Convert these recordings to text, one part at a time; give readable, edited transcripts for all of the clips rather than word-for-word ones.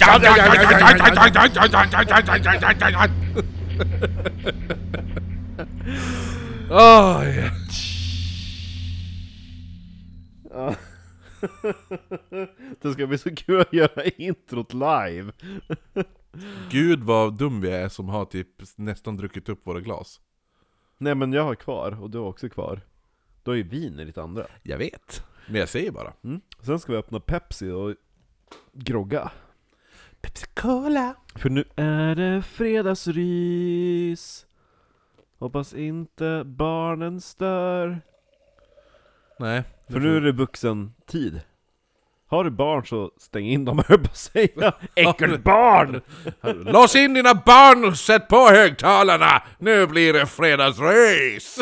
Det ska bli så kul att göra introt live. Gud vad dum vi är som har typ nästan druckit upp våra glas. Nej men jag har kvar, och du har också kvar. Du har ju vin i ditt andra. Jag vet, men jag säger bara. Sen ska vi öppna Pepsi och grogga. Pepsi Cola. För nu är det fredagsrys. Hoppas inte barnen stör. Nej. För nu är det vuxen tid. Har du barn så stäng in dem, höll på att säga. Äckelbarn! Lås in dina barn och sätt på högtalarna. Nu blir det fredagsrys.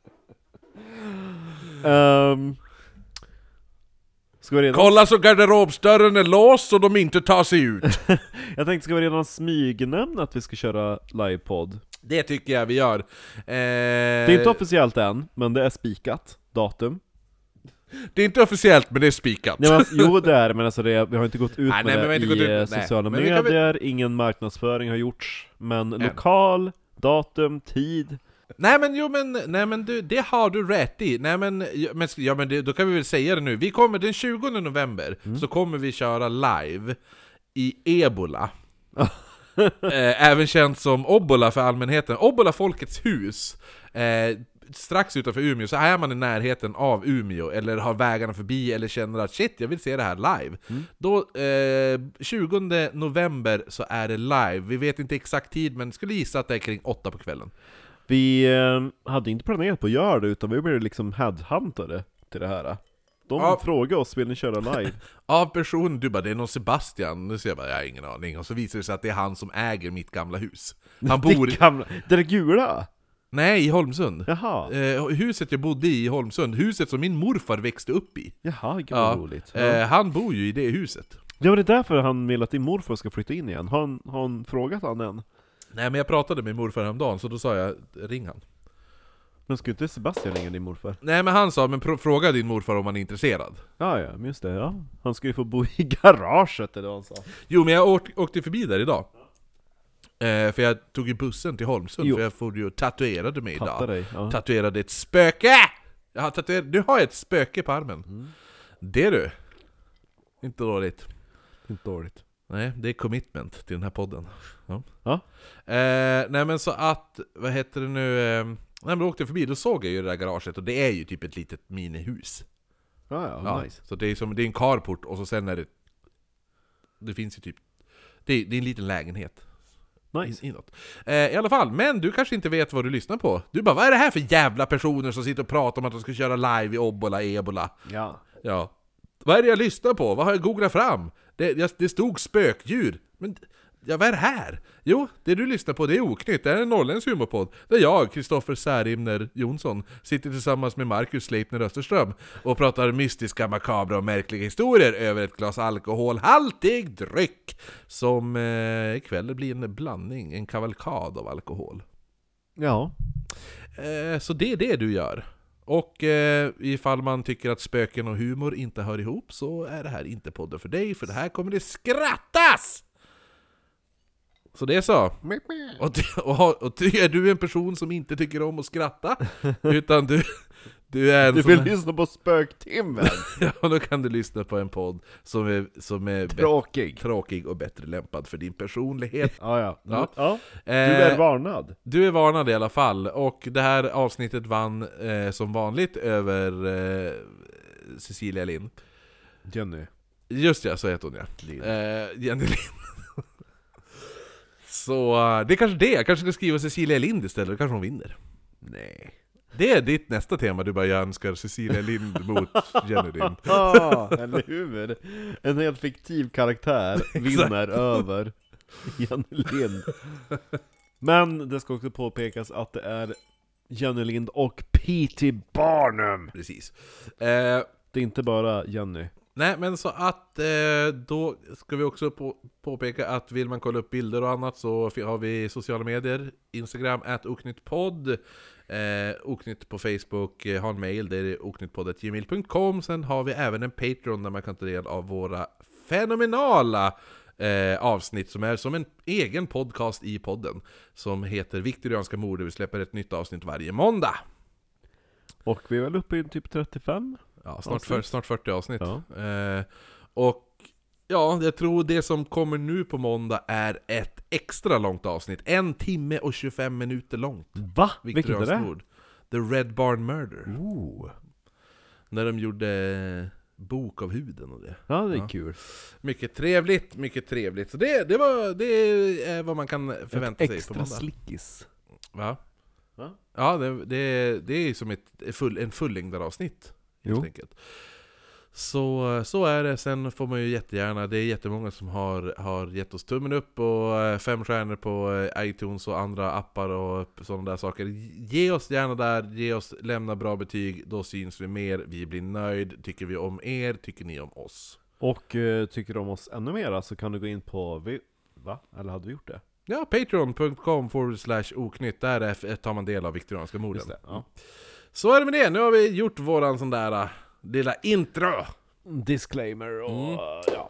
Ska vi redan... Kolla så garderobsdörren är låst så de inte tar sig ut. Jag tänkte, ska vi redan smygnämna att vi ska köra livepodd? Det tycker jag vi gör. Det är inte officiellt än, men det är spikat. Datum. Det är inte officiellt, men det är spikat. Nej, men, jo det är, men alltså vi har inte gått ut Nej, med men det i sociala medier. Ingen marknadsföring har gjorts. Men lokal, datum, tid. Nej men du, det har du rätt i. Då kan vi väl säga det nu. Vi kommer den 20 november så kommer vi köra live i Ebola. Även känt som Obbola för allmänheten. Obbola Folkets hus. Strax utanför Umeå, så är man i närheten av Umeå eller har vägarna förbi eller känner att shit, jag vill se det här live. Då 20 november så är det live. Vi vet inte exakt tid, men skulle gissa att det är kring 8 på kvällen. Vi hade inte planerat på att göra det, utan vi blev liksom headhuntade till det här. De frågade oss, vill ni köra live? Av person, du bara, det är någon Sebastian. Nu säger jag bara, jag har ingen aning. Och så visar det sig att det är han som äger mitt gamla hus. Han bor det är gula? Nej, i Holmsund. Jaha. Huset jag bodde i Holmsund. Huset som min morfar växte upp i. Jaha, gud vad roligt. Han bor ju i det huset. Ja, men det är därför han vill att din morfar ska flytta in igen. Har han frågat han än? Nej, men jag pratade med morfar häromdagen, så då sa jag, ring han. Men skulle inte Sebastian ringa din morfar? Nej, men han sa, men fråga din morfar om han är intresserad. Ja, just det, ja. Han skulle få bo i garaget, eller vad han sa. Jo, men jag åkte förbi där idag. För jag tog ju bussen till Holmsund, för jag får ju tatuerade mig idag. Dig, ja. Tatuerade ett spöke! Nu har jag ett spöke på armen. Det är du. Inte dåligt. Inte dåligt. Nej, det är commitment till den här podden. Ja. Nej, men så att, vad heter det nu? När jag åkte förbi, då såg jag ju det där garaget, och det är ju typ ett litet minihus. Ja, nice. Så det är en carport, och så sen är det finns ju typ, det är en liten lägenhet. Nice. Inåt. I alla fall, men du kanske inte vet vad du lyssnar på. Du bara, vad är det här för jävla personer som sitter och pratar om att de ska köra live i Ebola? Ja. Vad är det jag lyssnar på? Vad har jag googlat fram? Det stod spökdjur. Men vad är det här? Jo, det du lyssnar på, det är Oknytt. Det är en norrländsk humorpodd. Där jag, Kristoffer Särimner Jonsson, sitter tillsammans med Marcus Sleipner Österström och pratar mystiska, makabra och märkliga historier över ett glas alkoholhaltig dryck. Som ikväll blir en blandning, en kavalkad av alkohol. Ja. Så det är det du gör. Och ifall man tycker att spöken och humor inte hör ihop, så är det här inte podden för dig, för det här kommer det skrattas! Så det är så. Och är du en person som inte tycker om att skratta, utan du är en du vill lyssna på Spöktimmen. Ja, då kan du lyssna på en podd som är tråkig och bättre lämpad för din personlighet. Ja. Du är varnad. Du är varnad i alla fall. Och det här avsnittet vann som vanligt över Cecilia Lind. Jenny. Just ja, så heter hon Jenny Lind. Så det är kanske det. Jag kanske ska skriva Cecilia Lind istället, då kanske hon vinner. Nej. Det är ditt nästa tema, du bara, jag önskar Cecilia Lind mot Jenny Lind. Eller hur? En helt fiktiv karaktär vinner över Jenny Lind. Men det ska också påpekas att det är Jenny Lind och P.T. Barnum. Precis. Det är inte bara Jenny. Nej, men så att då ska vi också påpeka att vill man kolla upp bilder och annat, så har vi sociala medier. Instagram @oknyttpodd, Oknytt på Facebook, har en mail, det är oknyttpodd@gmail.com. Sen har vi även en Patreon där man kan ta del av våra fenomenala avsnitt som är som en egen podcast i podden som heter Viktorianska mord. Vi släpper ett nytt avsnitt varje måndag. Och vi är väl uppe i typ 35? Ja, snart 40 avsnitt. Ja. Och ja, jag tror det som kommer nu på måndag är ett extra långt avsnitt. 1 timme och 25 minuter långt. Va? Vilket är det? Mord. The Red Barn Murder. När de gjorde bok av huden och det. Ja, det är kul. Mycket trevligt, mycket trevligt. Så det är vad man kan förvänta sig på måndag. Extra slickis. Va? Ja, det är som en fullängdaravsnitt helt enkelt. Så är det. Sen får man ju jättegärna, det är jättemånga som har gett oss tummen upp och 5 stjärnor på iTunes och andra appar och sådana där saker. Ge oss gärna där, lämna bra betyg, då syns vi mer, vi blir nöjd. Tycker vi om er, tycker ni om oss? Och tycker du om oss ännu mer så kan du gå in på va? Eller hade vi gjort det? Ja, patreon.com/oknytt, där tar man del av Viktorianska morden. Just det, ja. Så är det med det, nu har vi gjort våran sån där lilla intro. Disclaimer och ja.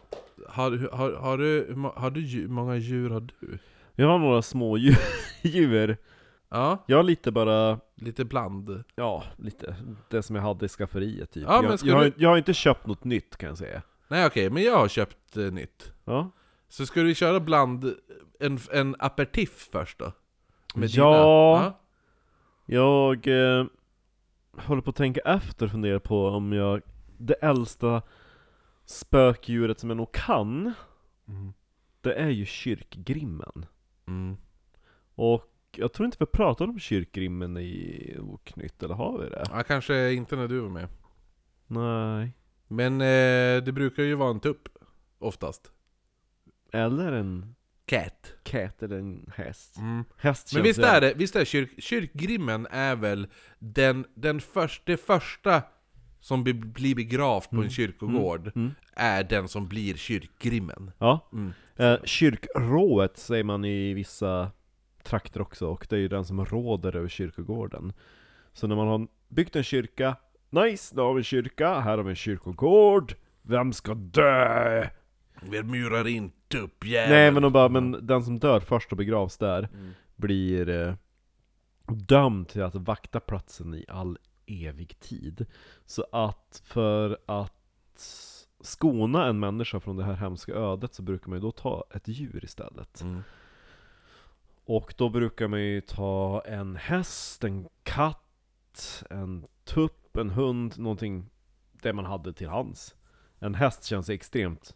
Hur många djur har du? Jag har några små djur. Ja. Jag har lite bland. Ja, lite det som jag hade i skafferiet typ. Ja, jag har inte köpt något nytt kan jag säga. Nej okej, men jag har köpt nytt. Ja. Så ska vi köra bland en aperitif först då? Med ja. Jag håller på att tänka efter och fundera på om det äldsta spökdjuret som jag nog kan, det är ju kyrkgrimmen. Och jag tror inte vi pratade om kyrkgrimmen i Oknytt, eller har vi det? Ja, kanske inte när du var med. Nej. Men det brukar ju vara en tupp, oftast. Eller en cat eller en häst. Häst. Men visst är kyrkgrimmen är väl det första som blir begravt på en kyrkogård är den som blir kyrkgrimmen. Ja. Kyrkrået säger man i vissa trakter också, och det är ju den som råder över kyrkogården. Så när man har byggt en kyrka, nice, då har vi en kyrka, här har vi en kyrkogård, vem ska dö? Vi murar inte upp jäveln. Nej, men den som dör först och begravs där blir dömd till att vakta platsen i all evig tid. Så att för att skona en människa från det här hemska ödet så brukar man ju då ta ett djur istället. Och då brukar man ju ta en häst, en katt, en tupp, en hund, någonting det man hade till hands. En häst känns extremt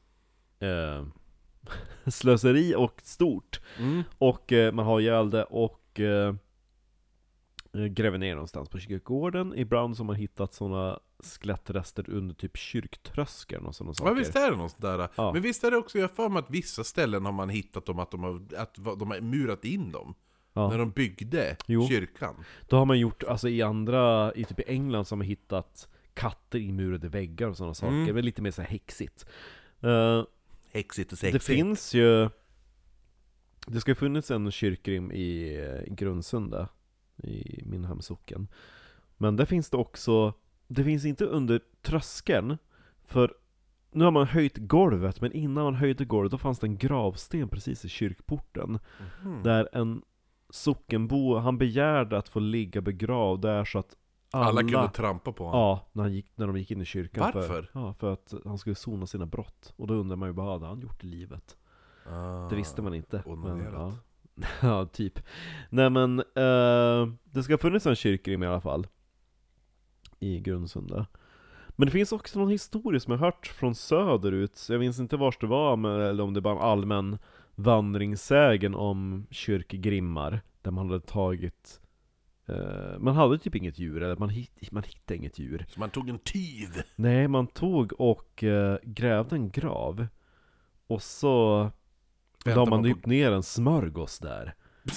slöseri och stort. Och man har ihjäl det och gräver ner någonstans på kyrkogården. Ibland så har man hittat sådana skelettrester under typ kyrktröskeln och sådana saker. Ja, visst är det något där. Ja. Men visst är det också, jag för mig att vissa ställen har man hittat dem att de har murat in dem. Ja. När de byggde kyrkan. Då har man gjort, alltså i typ i England så har man hittat katter inmurade väggar och sådana saker. Det är lite mer så här häxigt. Häxigt och sexigt. Det finns ju, det ska ju funnits en kyrkgrim i Grundsunda i min hemsocken. Men där finns det också, det finns inte under tröskeln, för nu har man höjt golvet, men innan man höjde golvet då fanns det en gravsten precis i kyrkporten. Där en sockenbo, han begärde att få ligga begravd där så att alla kunde trampa på honom. Ja, när de gick in i kyrkan. Varför? För att han skulle sona sina brott. Och då undrar man ju, vad hade han gjort i livet? Det visste man inte. Men, ja, typ. Nej men, det ska ha funnits en kyrkgrim i alla fall i Grundsunda. Men det finns också någon historia som jag hört från söderut. Jag minns inte vars det var, eller om det var en allmän vandringssägen om kyrkgrimmar. Där man hade tagit, man hade typ inget djur, eller man hittade inget djur. Så man tog en tyv? Nej, man tog och grävde en grav. Och så la man upp ner en smörgås där.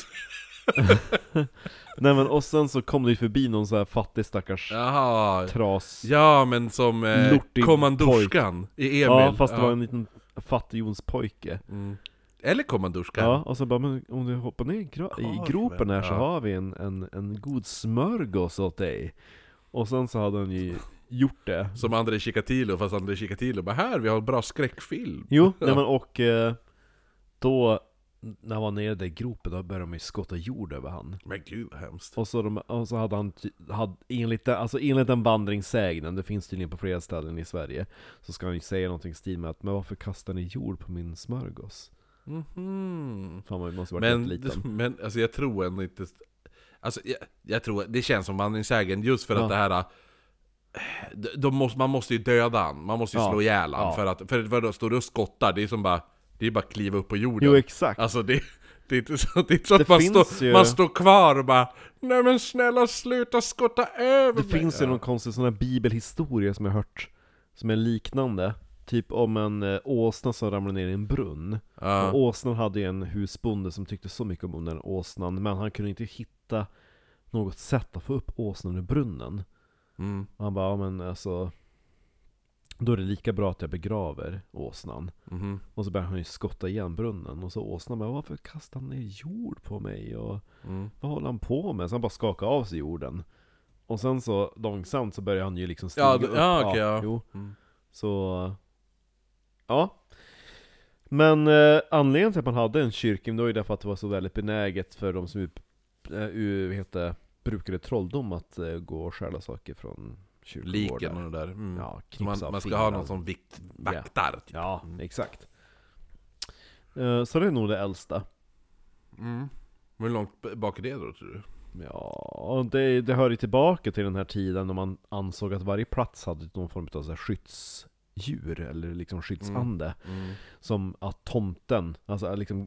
Nej men, och sen så kom det ju förbi någon så här fattig stackars tras. Ja, men som kommandorskan i Emil. Ja, fast det var en liten fattigjons-pojke. Eller kommandorskan. Ja, och så bara, men om du hoppar ner i gropen här så har vi en god smörgås åt dig. Och sen så hade han ju gjort det. Som André Chikatilo, fast André Chikatilo bara, här, vi har en bra skräckfilm. Jo, nej men, och Då, när han var nere där i gropen, då började de ju skotta jord över han. Men gud vad hemskt. Och så hade han, enligt den vandringssägnen, det finns tydligen på flera ställen i Sverige, så ska han ju säga någonting i stil med att, men varför kastar ni jord på min smörgås? Fan, man måste vara rätt liten. Men alltså jag tror ändå inte... Alltså jag tror, det känns som vandringssägen just för att det här... Man måste ju döda han, man måste ju slå ihjäl han för då står du och skottar, det är som bara... Det är bara att kliva upp på jorden. Jo, exakt. Alltså det är inte så att man står kvar och bara, nej men snälla sluta skotta över mig. Det finns ju någon konstig sån här bibelhistoria som jag hört, som är liknande. Typ om en åsna som ramlade ner i en brunn. Och åsnan hade ju en husbonde som tyckte så mycket om den åsnan, men han kunde inte hitta något sätt att få upp åsnan ur brunnen. Och han bara, men alltså... Då är det lika bra att jag begraver åsnan. Och så börjar han ju skotta igen brunnen. Och så åsnan bara, varför kastar han ner jord på mig? Och vad håller han på med? Så han bara skakar av sig jorden. Och sen så långsamt så börjar han ju liksom stiga upp. Så, ja. Men anledningen till att man hade en kyrka, då är därför att det var så väldigt benäget för de som brukade trolldom att gå och stjäla saker från liken och det där. Ja, man ska ha någon som vaktar. Ja, exakt. Så det är nog det äldsta. Hur långt bak är det då, tror du? Ja, det hör ju tillbaka till den här tiden när man ansåg att varje plats hade någon form av så här skyddsdjur eller liksom skyddsande. Som att tomten, alltså liksom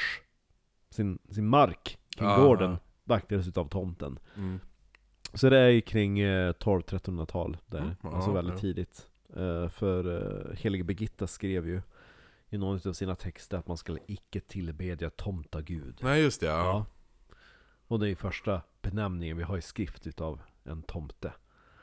sin mark kring gården vaktades utav tomten. Så det är ju kring 1200-1300-tal där, alltså väldigt tidigt. För Heliga Birgitta skrev ju i någon av sina texter att man skulle icke tillbedja tomtagud. Nej, just det, ja. Och det är ju första benämningen vi har i skrift utav en tomte.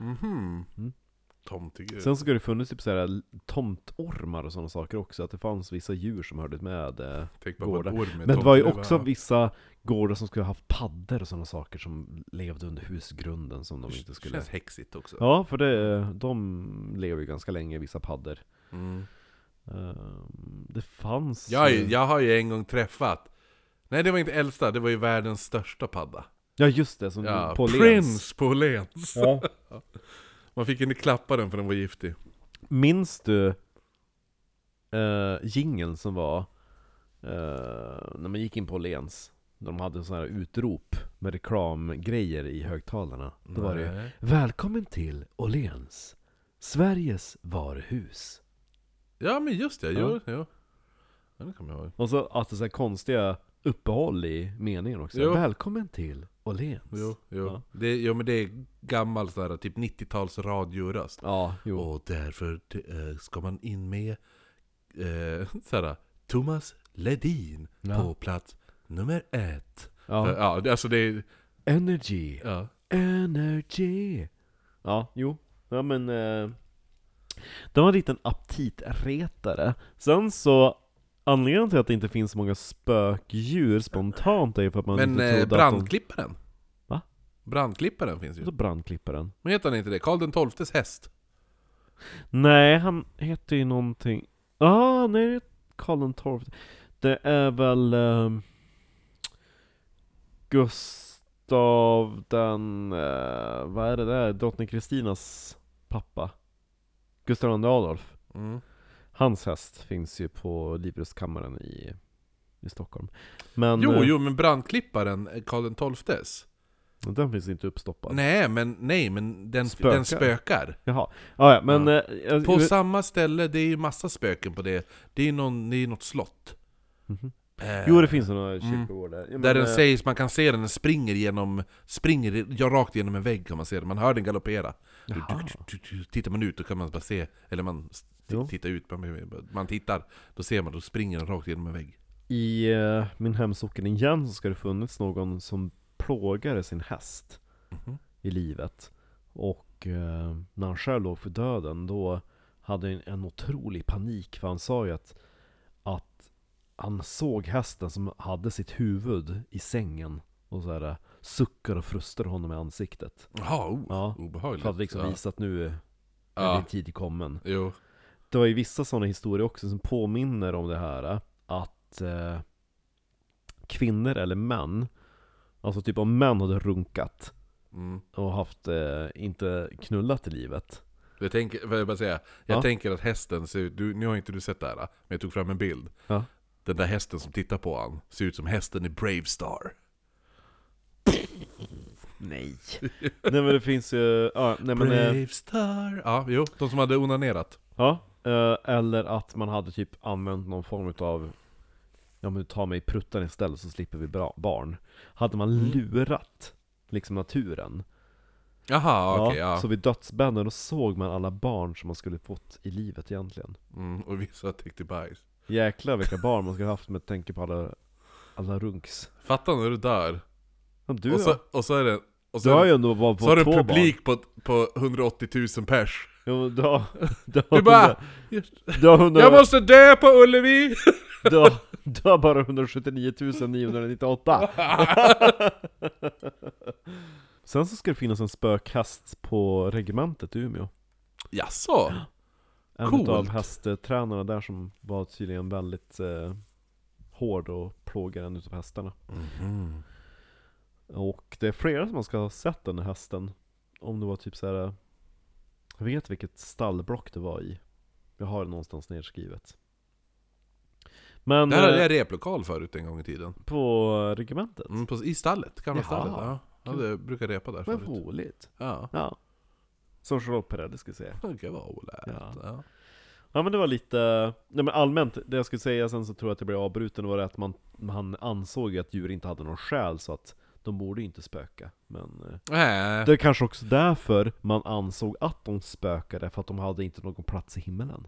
Tomtegud. Sen så ska det funnits typ såhär tomtormar och sådana saker också, att det fanns vissa djur som hörde med gårdar. Men det var ju också vissa gårdar som skulle ha haft paddor och sådana saker som levde under husgrunden som de inte skulle... Det känns häxigt också. Ja, för de lever ju ganska länge, vissa paddor. Det fanns... Jag har ju en gång träffat... Nej, det var inte äldsta, det var ju världens största padda. Ja, just det, som på Prince på Lens. Ja. Man fick inte klappa den för den var giftig. Minns du jingeln som var när man gick in på Lens? De hade sådana här utrop med reklamgrejer i högtalarna. Då var det välkommen till Åhléns, Sveriges varuhus. Ja, men just det, jo. Ja, det kan man ha. Och så att det är så här konstiga uppehåll i meningen också. Jo. Välkommen till Åhléns. Jo. Ja. Men det är gammal sådär, typ 90-tals radioröst. Ja, jo. Och därför ska man in med sådär, Thomas Ledin på plats nummer 1. Ja. För, alltså det är... Energy. Ja. Energy. Ja, jo. Ja, men det var en liten aptitretare. Sen så anledningen till att det inte finns så många spökdjur spontant är ju för att man inte trodde brandklipparen. Va? Brandklipparen finns ju. Så brandklipparen. Men heter han inte det? Karl XIIs häst. Nej, han heter ju någonting. Nej, Karl XII. Det är väl Gustav den vad är det där? Drottning Kristinas pappa. Gustav II Adolf. Hans häst finns ju på Livrustkammaren i Stockholm. Men jo, men brandklipparen Karl XIIs. Den finns inte uppstoppad. Nej, men den spökar. Jaha. Ja, men på samma ställe, det är ju massa spöken på det. Det är något slott. Jo, det finns några kyrkogård där. Där den sägs, man kan se den springer rakt genom en vägg kan man se den. Man hör den galoppera. Tittar man ut då kan man bara se, eller man tittar ut, man tittar, då ser man, då springer den rakt genom en vägg. I min hemsocken igen så ska det funnits någon som plågade sin häst i livet. Och när han själv låg för döden, då hade en otrolig panik, för han sa ju att han såg hästen som hade sitt huvud i sängen och så här suckar och frustade honom i ansiktet. Obehagligt. För att liksom visa att nu är din tid kommen. Jo. Det var ju vissa sådana historier också som påminner om det här, att att kvinnor eller män, alltså typ om män hade runkat och haft inte knullat i livet. Jag tänker att hästen ser ut, nu har inte du sett det här, men jag tog fram en bild. Ja. Den där hästen som tittar på han ser ut som hästen i Bravestar. Nej. Nej men det finns ju Bravestar. Ja, jo, de som hade onanerat. Ja, eller att man hade typ använt någon form av, ja men ta mig pruttan istället så slipper vi barn. Hade man lurat liksom naturen. Jaha, okej, ja. Så vid dödsbädden då såg man alla barn som man skulle fått i livet egentligen. Och vissa täckte bajs. Jäklar vilka barn man skulle haft med tanke på alla runks. Fattar när du dör. Ja, du och så är det... Och så har ju ändå bara så har du en publik på 180 000 pers. Jo, du bara... Jag måste dö på Ullevi! Du har bara 179 998. Sen så ska det finnas en spökhäst på regementet i Umeå. Jaså? En av hästtränarna där som var tydligen väldigt hård och plågade en utav hästarna. Och det är flera som man ska ha sett den här hästen. Om det var typ så här. Jag vet vilket stallblock det var i. Jag har det någonstans nedskrivet. Men det här är replokal förut en gång i tiden. På regementet? I stallet, gamla stallet. Ja, det brukar repa där förut. Vad roligt. Ja. Som Charlotte Perrelli skulle säga. Det var olärt. Ja men det var lite... Nej men allmänt, det jag skulle säga sen så tror jag att det blev avbruten var det att man ansåg att djur inte hade någon själ så att de borde inte spöka. Men det är kanske också därför man ansåg att de spökade, för att de hade inte någon plats i himmelen.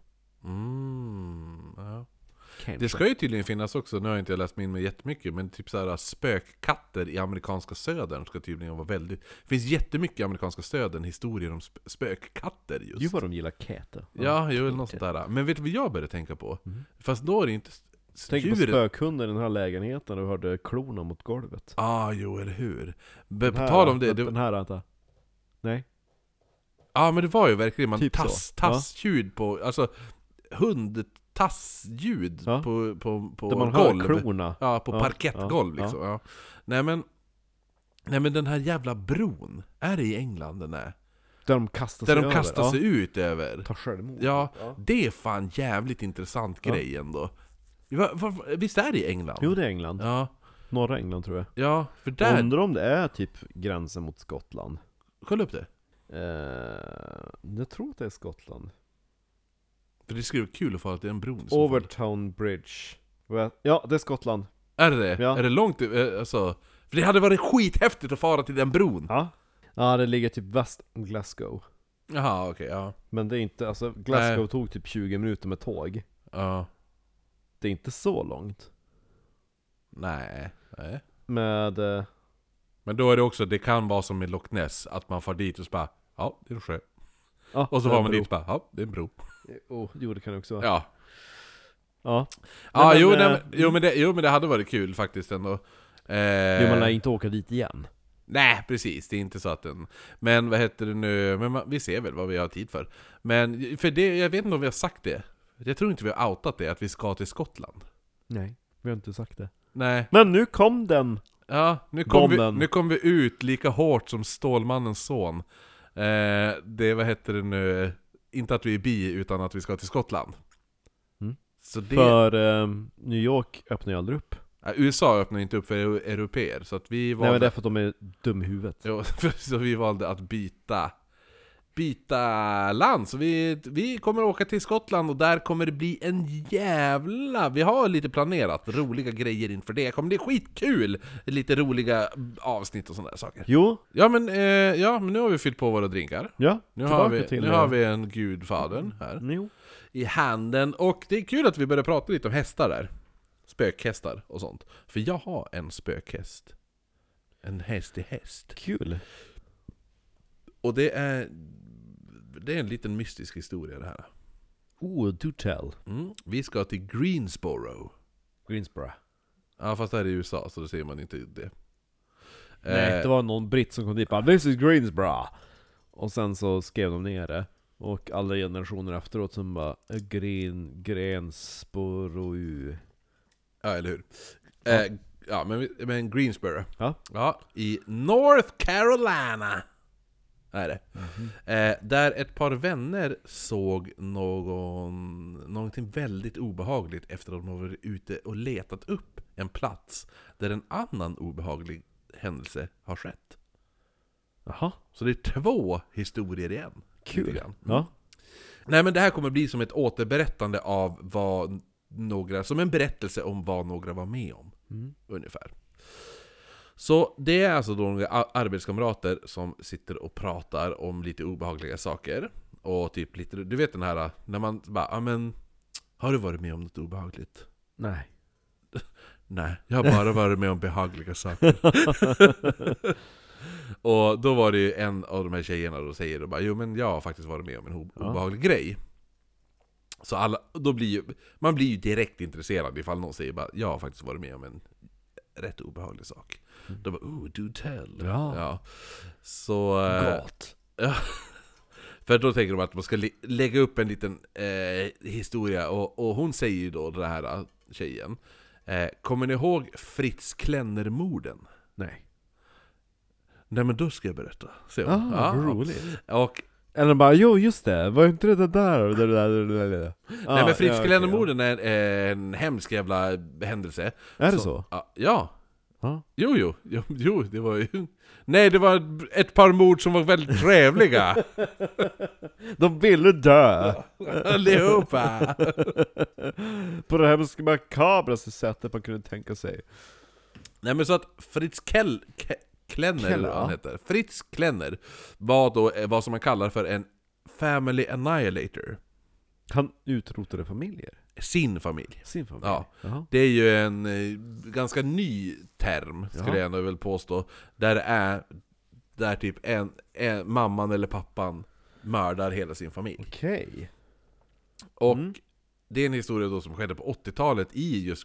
Ja. Det ska ju tydligen finnas också, nu har jag inte läst mig in med jättemycket, men typ såhär spökkatter i amerikanska södern ska tydligen vara väldigt... Det finns jättemycket i amerikanska södern historier om spökkatter just. Ju vad de gillar katter. Ja, ju något sånt där. Men vet du vad jag började tänka på? Fast då är det inte... Tänk på spökhunden i den här lägenheten och hörde klorna mot golvet. Jo, eller hur? På tal om det... Den här, vänta. Nej. Ja, men det var ju verkligen man typ tassljud på... Alltså, tassljud på där man golv. Hör klorna. Ja, på parkettgolv liksom. Ja. Nej men den här jävla bron, är det i England den är? Där de kastar sig ut över. Tar självmord. Ja, det är fan jävligt intressant grej ändå. Visst är det i England? Jo, det är England. Ja. Norra England tror jag. Ja, för där... Undrar om det är typ gränsen mot Skottland. Kolla upp det. Jag tror att det är Skottland. För det skulle vara kul att få att det är en bron. Overtown Bridge. Ja, det är Skottland. Är det? Ja. Är det långt? Alltså, för det hade varit skithäftigt att fara till den bron. Ja, det ligger typ väst om Glasgow. Jaha, okej, ja. Men det är inte, alltså Glasgow tog typ 20 minuter med tåg. Ja. Det är inte så långt. Nej. Men då är det också, det kan vara som med Loch Ness, att man far dit och så bara, ja, det är en sjö. Och så var man dit och bara, ja, det är en bro. Jo, det kan det också vara. Ja. Ja. Men det hade varit kul faktiskt ändå. Man lär inte åka dit igen. Nej, precis, det är inte så att den... Men vad heter det nu? Men vi ser väl vad vi har tid för. Men för det, jag vet inte om vi har sagt det. Jag tror inte vi har outat det, att vi ska till Skottland. Nej, vi har inte sagt det. Nej. Men nu kom den. Ja, nu kom vi ut lika hårt som Stålmannens son. Det, vad heter det nu? Inte att vi är bi, utan att vi ska till Skottland. Så det... För New York öppnar ju aldrig upp. USA öppnar inte upp för europeer, så att vi valde... Nej, men det är för att de är dum i huvudet. Jo, så vi valde att byta land. Så vi kommer åka till Skottland, och där kommer det bli en jävla... Vi har lite planerat roliga grejer inför det. Kommer det bli skitkul! Lite roliga avsnitt och sådana där saker. Jo. Ja, men nu har vi fyllt på våra drinkar. Ja, nu har vi en gudfadern här. Jo. I handen. Och det är kul att vi börjar prata lite om hästar där. Spökhästar och sånt. För jag har en spökhäst. En hästig häst. Kul. Och det är en liten mystisk historia det här. Do tell. Vi ska till Greensboro. Ja, fast det här är i USA, så då ser man inte det. Nej, det var någon britt som kom dit och bara, this is Greensboro. Och sen så skrev de ner det. Och alla generationer efteråt som bara, Greensboro. Ja, eller hur? Ja, men Greensboro. Ja. Ja, i North Carolina är det. Där ett par vänner såg någonting väldigt obehagligt efter att de var ute och letat upp en plats där en annan obehaglig händelse har skett. Jaha. Så det är 2 historier igen. Kul. Ja. Nej, men det här kommer bli som ett återberättande av vad några, som en berättelse om vad några var med om. Ungefär. Så det är alltså då några arbetskamrater som sitter och pratar om lite obehagliga saker. Och typ lite, du vet den här, när man bara, men har du varit med om något obehagligt? Nej. Nej, jag har bara varit med om behagliga saker. Och då var det ju en av de här tjejerna då säger då bara, jo men jag har faktiskt varit med om en obehaglig grej. Så man blir ju direkt intresserad ifall någon säger bara, jag har faktiskt varit med om en rätt obehaglig sak. Då bara, do tell. Ja. Så gott. Ja. För då tänker de att man ska lägga upp en liten historia, och hon säger ju då, den här tjejen, kommer ni ihåg Fritz Klenner-morden? Nej. Nej, men då ska jag berätta. Roligt. Och eller bara, jo just det, var inte det där? nej, men Fritz Klenner-morden är en hemsk jävla händelse. Är det så? Ja. Ha? Jo, det var ju... Nej, det var ett par mord som var väldigt trevliga. De ville dö. Allihopa. På det hemskt makabraste sättet man kunde tänka sig. Nej, men så att Fritz Klenner, han heter. Fritz Klenner var då vad som man kallar för en family annihilator. Han utrotade familjer? Sin familj. Ja. Jaha. Det är ju en ganska ny term, skulle jag ändå väl påstå. Där typ en mamman eller pappan mördar hela sin familj. Okej. Och det är en historia då som skedde på 80-talet i just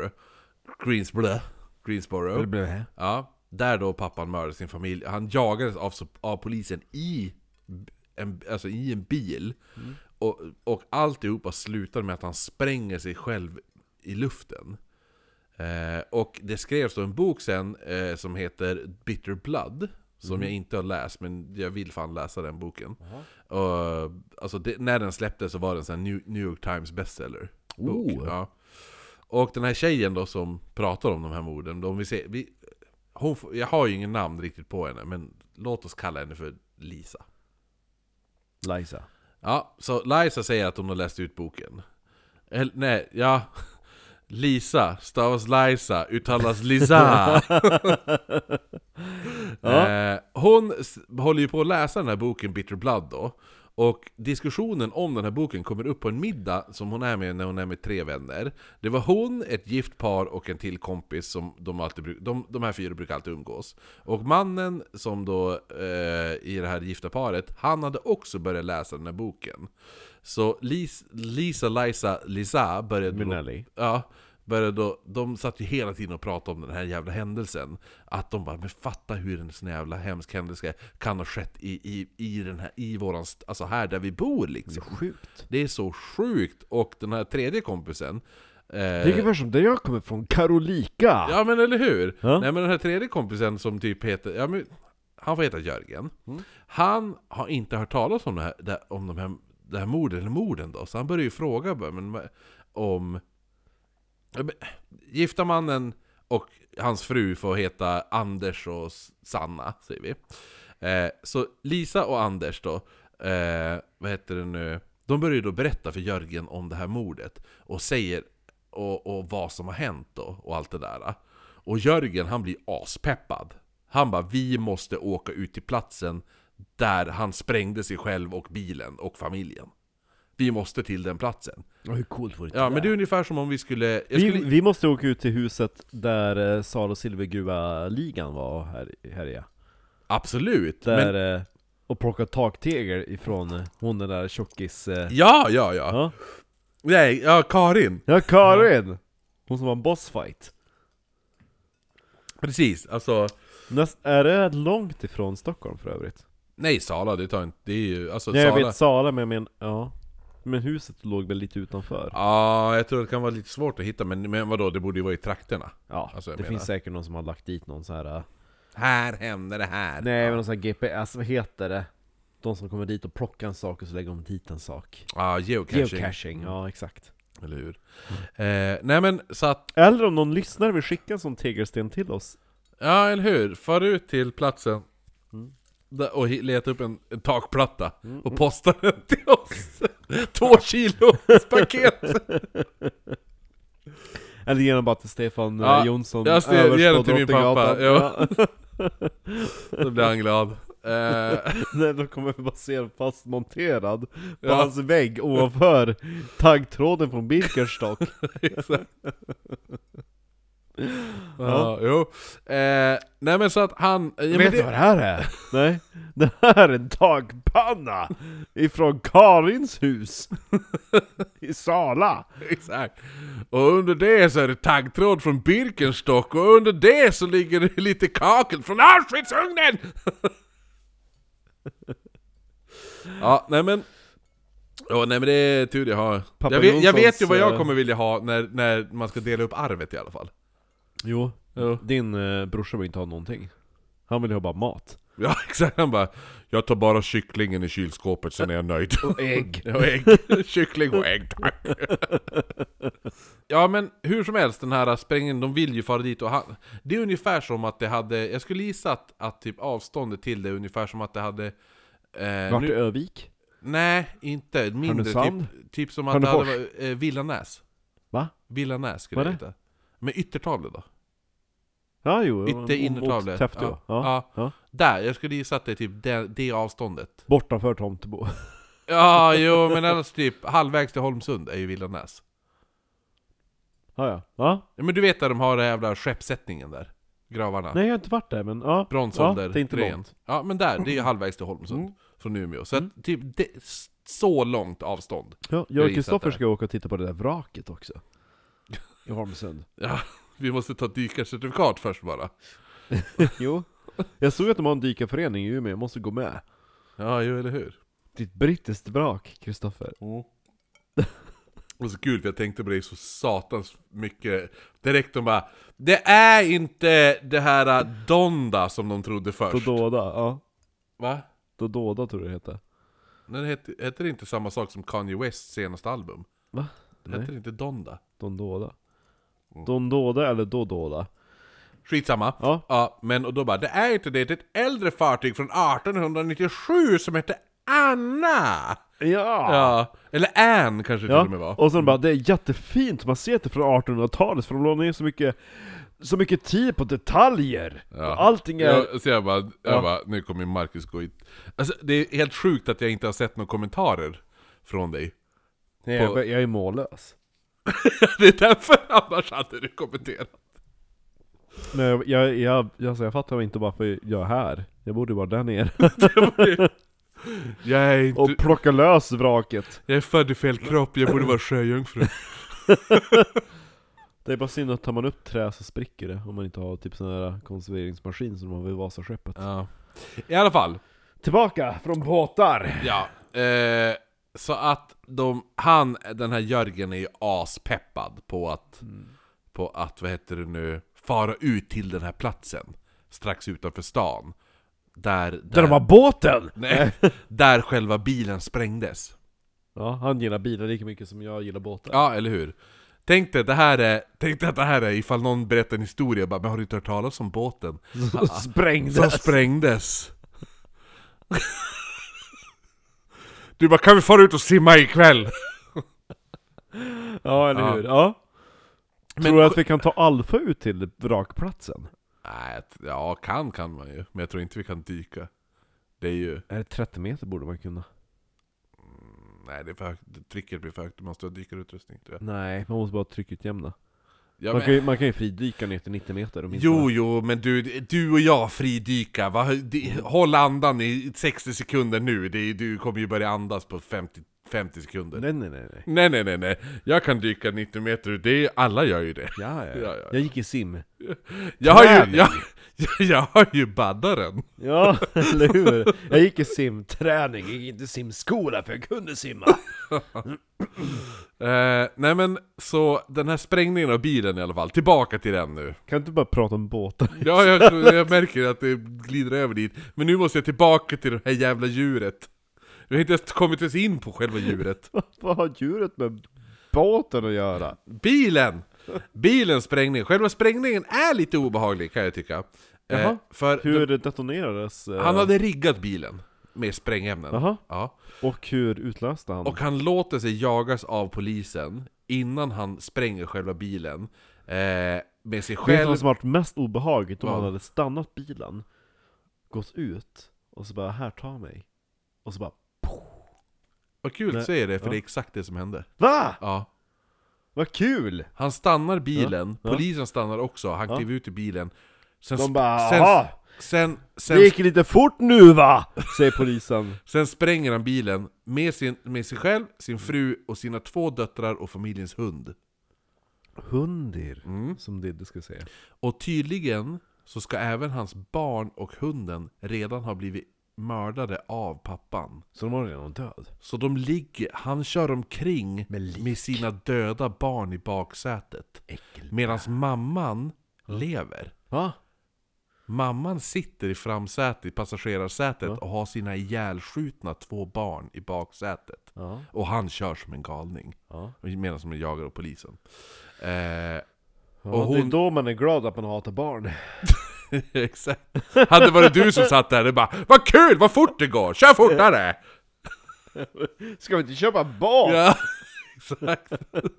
Greensboro. Ja, där då pappan mördade sin familj. Han jagades av polisen i en bil. Och alltihopa slutar med att han spränger sig själv i luften. Och det skrevs då en bok sen som heter Bitter Blood, som jag inte har läst, men jag vill fan läsa den boken. Alltså när den släpptes så var den en New York Times bestseller bok. Ja. Och den här tjejen då som pratar om de här morden, jag har ju ingen namn riktigt på henne, men låt oss kalla henne för Lisa. Ja, så Lisa säger att hon har läst ut boken. Lisa, stavas Lisa, uttalas Lisa. Hon håller ju på att läsa den här boken Bitter Blood då. Och diskussionen om den här boken kommer upp på en middag som hon är med när hon är med 3 vänner. Det var hon, ett gift par och en till kompis som de här 4 brukar alltid umgås. Och mannen som då i det här gifta paret, han hade också börjat läsa den här boken. Så Lisa började då, de satt ju hela tiden och pratade om den här jävla händelsen. Att de bara, men fatta hur en sån jävla hemsk händelse kan ha skett i våran, alltså här där vi bor liksom. Det är sjukt. Det är så sjukt. Och den här tredje kompisen, det är ungefär som där jag kommer från, Karolika. Ja, men eller hur? Nej, men den här tredje kompisen som typ heter, han får heta Jörgen. Han har inte hört talas om det här morden då. Så han börjar ju fråga om gifta mannen och hans fru får heta Anders och Sanna, säger vi. Så Lisa och Anders då, de börjar ju då berätta för Jörgen om det här mordet och säger och vad som har hänt då och allt det där. Och Jörgen, han blir aspeppad. Han bara, vi måste åka ut till platsen där han sprängde sig själv och bilen och familjen. Vi måste till den platsen. Och hur coolt vore det? Ja, men det är ungefär som om vi skulle... Vi måste åka ut till huset där Sal- och Silvergruva-ligan var här ja. Absolut. Och plocka taktegel ifrån hon den där tjockis... Ja. Nej, Karin. Ja, Karin! Ja. Hon som var en bossfight. Precis, alltså... Är det långt ifrån Stockholm för övrigt? Nej, Sala, det är ju... Alltså, jag vet Sala, men ja. Men huset låg väl lite utanför? Ja, jag tror det kan vara lite svårt att hitta, men vadå, det borde ju vara i trakterna. Ja, alltså, det finns säkert någon som har lagt dit någon så här. Här händer det här. Nej, men någon sån här GPS, vad heter det? De som kommer dit och plockar en sak och så lägger de dit en sak. Ja, geocaching. Geocaching, ja exakt. Eller hur? Nej men så att... Eller om någon lyssnare vill skicka en sån tegelsten till oss. Ja, eller hur? Far ut till platsen och leta upp en takplatta och posta den till oss. 2 kilo paket. Eller ge den bara till Stefan Jonsson. Jag ger den till min pappa. Ja. Ja. Då blir han glad. Nej, då kommer vi bara se den fastmonterad på hans vägg ovanför taggtråden från Birkenstock. Exakt. Jo. Nej men så att han... Vet du vad det här är? Nej, det här är en takpanna ifrån Karins hus i Sala. Exakt. Och under det så är det taggtråd från Birkenstock, och under det så ligger det lite kakel från Auschwitzugnen. Ja, nej men det är tur jag har. Jag vet ju vad jag kommer vilja ha när man ska dela upp arvet i alla fall. Jo. Din brorsa vill inte ha någonting. Han vill ha bara mat. Ja, exakt. Han bara, jag tar bara kycklingen i kylskåpet, sen är jag nöjd. Och ägg. Och ägg. Kyckling och ägg, tack. Ja, men hur som helst, den här sprängen, de vill ju fara dit, och det är ungefär som att det hade, jag skulle gissa att typ avståndet till det är ungefär som att det hade vart det Övik? Nej, inte mindre, typ som att det hade varit Villanäs. Va? Villanäs skulle det heta. Men Yttertavle då? Ja, jo. Innertavle. Ja. Där, jag skulle gissa att det är typ det avståndet. Bortanför Tomtebo. Ja, jo, men alltså typ halvvägs till Holmsund är ju Villanäs. Ja. Men du vet där de har den jävla skeppsättningen där. Gravarna. Nej, jag har inte varit där, men ja. Bronsålder. Det är inte långt. Ja, men där, det är ju halvvägs till Holmsund. Från Umeå. Så att, typ så långt avstånd. Ja, jag och Kristoffer ska åka och titta på det där vraket också. I Holmsund. Ja, vi måste ta dykarcertifikat först bara. Jo. Jag såg att de har en dykarförening i Umeå, jag måste gå med. Ja, jo, eller hur? Ditt brittiskt vrak, Kristoffer. Och så kul, för jag tänkte på det så satans mycket. Direkt de bara, det är inte det här Donda som de trodde först. Dododa, ja. Va? Dododa tror jag det heter. Men heter det inte samma sak som Kanye Wests senaste album? Va? Det heter inte Donda. Dondoda eller Dododa? Skitsamma. Ja, men och då bara, det är inte det, det är ett äldre fartyg från 1897 som heter Anna. Ja. Eller Anne kanske till och med var. Och sen bara, det är jättefint, man ser det från 1800-talet, för de la ner så mycket tid på detaljer. Ja. Allting är... Så jag bara, nu kommer Marcus gå hit. Alltså, det är helt sjukt att jag inte har sett några kommentarer från dig. Nej, jag är mållös. Det är därför, annars hade du kommenterat. Men jag fattar inte varför jag är här. Jag borde vara där nere. Jag är inte... Och plocka lös vraket. Jag är född i fel kropp, jag borde vara sjöjungfru. Det är bara synd att tar man upp trä så spricker det. Om man inte har typ sån här konserveringsmaskin som de har vid Vasaskeppet. Ja. I alla fall. Tillbaka från båtar. Ja. Så att den här Jörgen är ju aspeppad på att, vad heter det nu, fara ut till den här platsen strax utanför stan. Där de har båten? Nej, där själva bilen sprängdes. Ja, han gillar bilar lika mycket som jag gillar båtar. Ja, eller hur? Tänk dig att det här är ifall någon berättar en historia bara, men har du inte hört talas om båten? Så sprängdes. Du bara, kan vi fara ut och simma ikväll? Ja, eller hur? Ja. Tror du att vi kan ta Alfa ut till vrakplatsen? Nej, ja, kan man ju. Men jag tror inte vi kan dyka. Det är ju... Är det 30 meter borde man kunna? Nej, det är för högt. Trycket blir för högt. Du måste ha dykarutrustning, tror jag. Nej, man måste bara tryckutjämna. Ja, man kan ju fridyka ner till 90 meter. Jo, men du och jag fridyka. Håll andan i 60 sekunder nu. Du kommer ju börja andas på 50 sekunder. Nej. Jag kan dyka 90 meter, alla gör ju det. Ja. Jag gick i sim. Jag har ju baddaren. Ja, eller hur? Jag gick i simträning, jag gick inte simskola för jag kunde simma. Nej men, så den här sprängningen av bilen i alla fall, tillbaka till den nu. Kan du inte bara prata om båtar? Ja, jag märker att det glider över dit. Men nu måste jag tillbaka till det här jävla djuret. Jag har inte ens kommit ens in på själva djuret. Vad har djuret med båten att göra? Bilens sprängning. Själva sprängningen är lite obehaglig, kan jag tycka. För hur det detonerades? Han hade riggat bilen med sprängämnen. Ja. Och hur utlöste han? Och han låter sig jagas av polisen innan han spränger själva bilen. Med sig själv. Det som varit mest obehagligt om han hade stannat bilen, gått ut och så bara, här, ta mig. Och så bara... Vad kul att säga det, för det är exakt det som hände. Va? Ja. Vad kul! Han stannar bilen, polisen stannar också, han kliver ut i bilen. De bara, sen det gick lite fort nu va? Säger polisen. Sen spränger han bilen med sig själv, sin fru och sina 2 döttrar och familjens hund. Hundir, som det ska säga. Och tydligen så ska även hans barn och hunden redan ha blivit mördade av pappan. Så de var redan död? Så han kör omkring med sina döda barn i baksätet. Medan mamman lever. Va? Mamman sitter i framsätet, i passagerarsätet, och har sina ihjälskjutna 2 barn i baksätet. Och han kör som en galning. Medan som en jagare av polisen. Och det är då man är glad att man hatar barn. Exakt. Hade det varit du som satt där, det bara, vad kul, vad fort det går, kör fortare! Ska vi inte köpa barn? Ja, exakt.